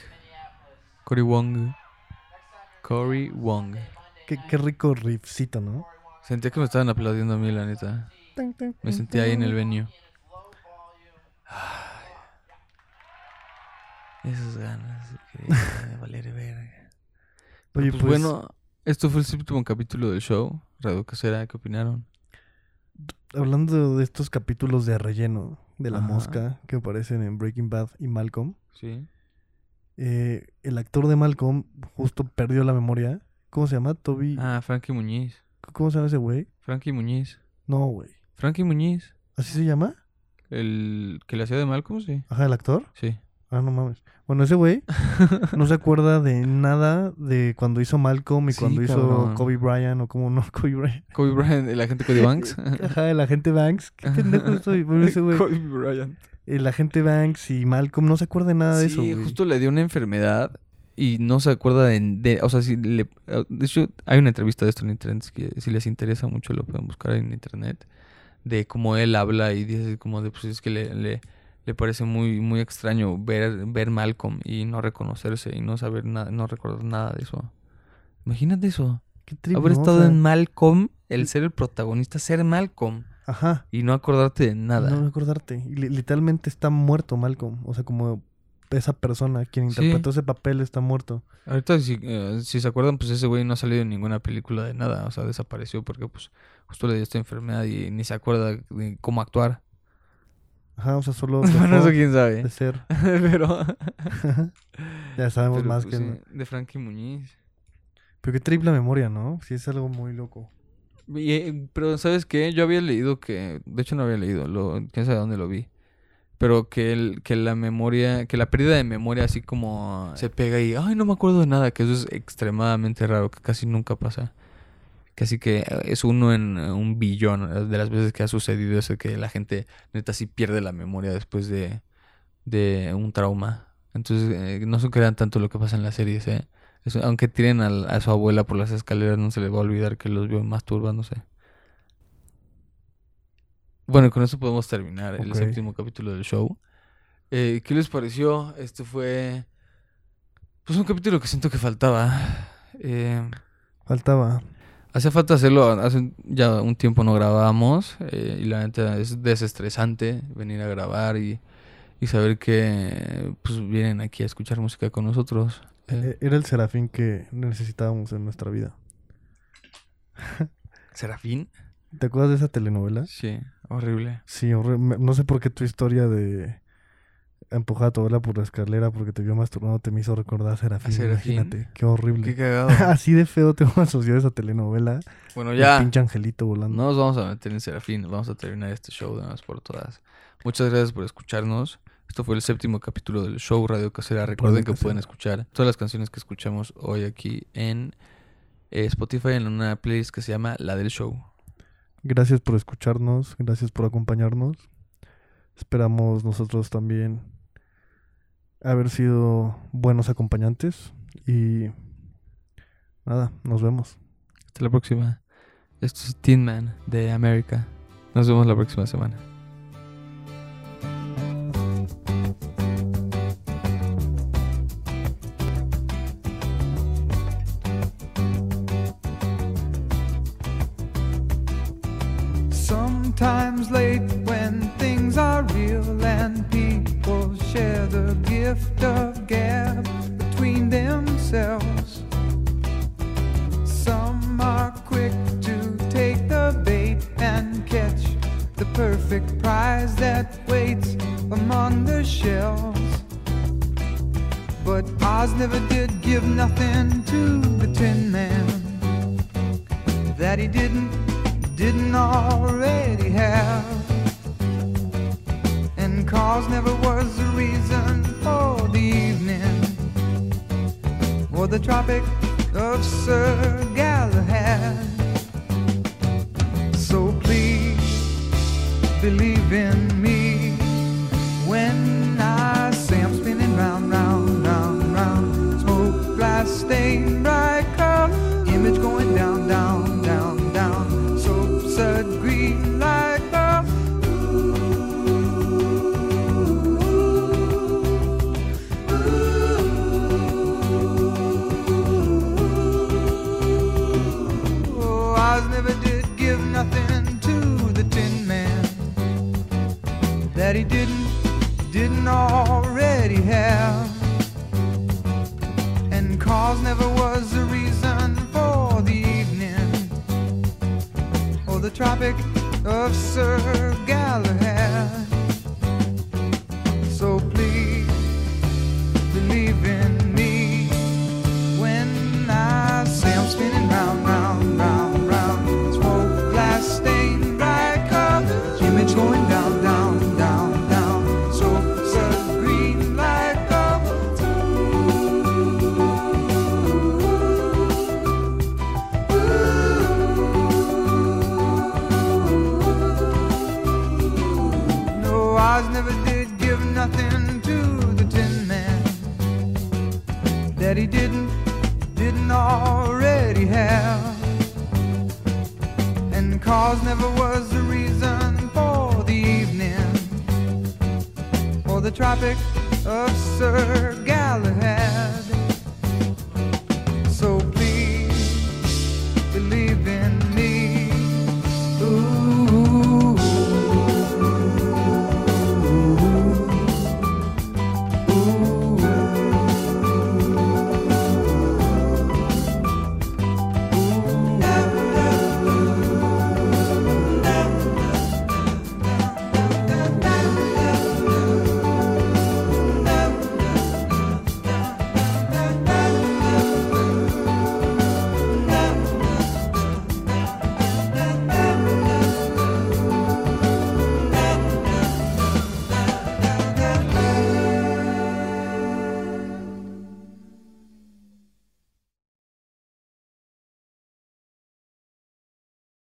Cory Wong. Cory Wong. Qué rico riffcito, ¿no? Sentía que me estaban aplaudiendo a mí, la neta. Me sentía ahí en el venue. Ay, esas ganas de valer verga. Oye, Pues pues, bueno, esto fue el séptimo capítulo del show. Radio Casera, ¿qué opinaron? hablando de estos capítulos de relleno de la Ajá. mosca que aparecen en Breaking Bad y Malcolm, Sí. el actor de Malcolm justo perdió la memoria. ¿Cómo se llama? Toby. Ah, Frankie Muñiz. ¿Cómo se llama ese güey? Frankie Muñiz. No, güey. Frankie Muñiz. ¿Así se llama? El que le hacía de Malcolm, sí. Ajá, ¿el actor? Sí. Ah, no mames. Bueno, ese güey no se acuerda de nada de cuando hizo Malcolm y Sí, cuando hizo cabrón. Kobe Bryant o como no, Kobe Bryant. Kobe Bryant, el agente Cody Banks. Ajá, el agente Banks. Qué pendejo soy. Bueno, ese güey. Kobe Bryant. El agente Banks y Malcolm no se acuerda de nada de eso, Sí, güey. justo le dio una enfermedad y no se acuerda o sea, de hecho, hay una entrevista de esto en internet que si les interesa mucho lo pueden buscar en internet, de cómo él habla y dice como de, pues es que le parece muy, muy extraño ver Malcolm y no reconocerse y no saber nada, no recordar nada de eso. Imagínate eso. Qué trip, Haber ¿no? O estado sea, en Malcolm, el ser el protagonista, ser Malcolm Ajá. y no acordarte de nada. No acordarte. Y literalmente está muerto Malcolm. O sea, como esa persona quien Sí. interpretó ese papel está muerto. Ahorita, si se acuerdan, pues ese güey no ha salido en ninguna película de nada. O sea, desapareció porque, pues, justo le dio esta enfermedad y ni se acuerda de cómo actuar. Ajá, o sea, solo Bueno, dejó eso quién sabe. de ser. Pero... Ya sabemos pero, más pues, que... sí, de Frankie Muñiz. Pero qué triple memoria, ¿no? Sí, es algo muy loco. Pero, ¿sabes qué? Yo había leído que... De hecho, no había leído. Quién sabe dónde lo vi. Pero que la memoria... Que la pérdida de memoria así como... Se pega y... Ay, no me acuerdo de nada. Que eso es extremadamente raro. Que casi nunca pasa. Casi que es uno en un billón de las veces que ha sucedido eso. Que la gente neta sí pierde la memoria después de un trauma. Entonces no se crean tanto lo que pasa en las series, ¿eh? Aunque tiren a su abuela por las escaleras, no se les va a olvidar que los vio masturbándose. Bueno, con eso podemos terminar el Ok. séptimo capítulo del show. ¿Qué les pareció? Este fue... Pues un capítulo que siento que faltaba. Faltaba. Hacía falta hacerlo. Hace ya un tiempo no grabábamos. Y la neta es desestresante venir a grabar y saber que pues vienen aquí a escuchar música con nosotros. Era el serafín que necesitábamos en nuestra vida. ¿Serafín? ¿Te acuerdas de esa telenovela? Sí, horrible. Sí, no sé por qué tu historia de empujar a tu abuela por la escalera porque te vio masturbando te me hizo recordar a Serafín. ¿A Serafín? Imagínate, qué horrible. Qué cagado. Así de feo te voy a asociar esa telenovela. Bueno, El ya. pinche angelito volando. No nos vamos a meter en Serafín. Vamos a terminar este show de una vez por todas. Muchas gracias por escucharnos. Esto fue el séptimo capítulo del show Radio Casera. Recuerden que Casera. pueden escuchar todas las canciones que escuchamos hoy aquí en Spotify en una playlist que se llama La del Show. Gracias por escucharnos, gracias por acompañarnos. Esperamos nosotros también haber sido buenos acompañantes y nada, nos vemos. Hasta la próxima. Esto es Tin Man de América. Nos vemos la próxima semana. Sometimes late when things are real and people share the gift of gab between themselves. Some are quick to take the bait and catch the perfect prize that waits among the shells. But Oz never did give nothing to the Tin Man that he didn't already have. And cause never was the reason for the evening or the Tropic of Sir Galahad. So please believe in me when I say I'm spinning round, round, round, round. Smoke, glass, stain, bright color, image going down, down, down, down. Soap, sud, green like love. Oh, Oz never did give nothing to the Tin Man that he didn't already have. And cause never was the reason for the evening or the Tropic of Sir Galahad. So please believe in me when I say I'm spinning round, round, round, round. Smoke, glass, stain, bright color, image going down, down, down. cause never was the reason for the evening or the Tropic of Sir Galahad.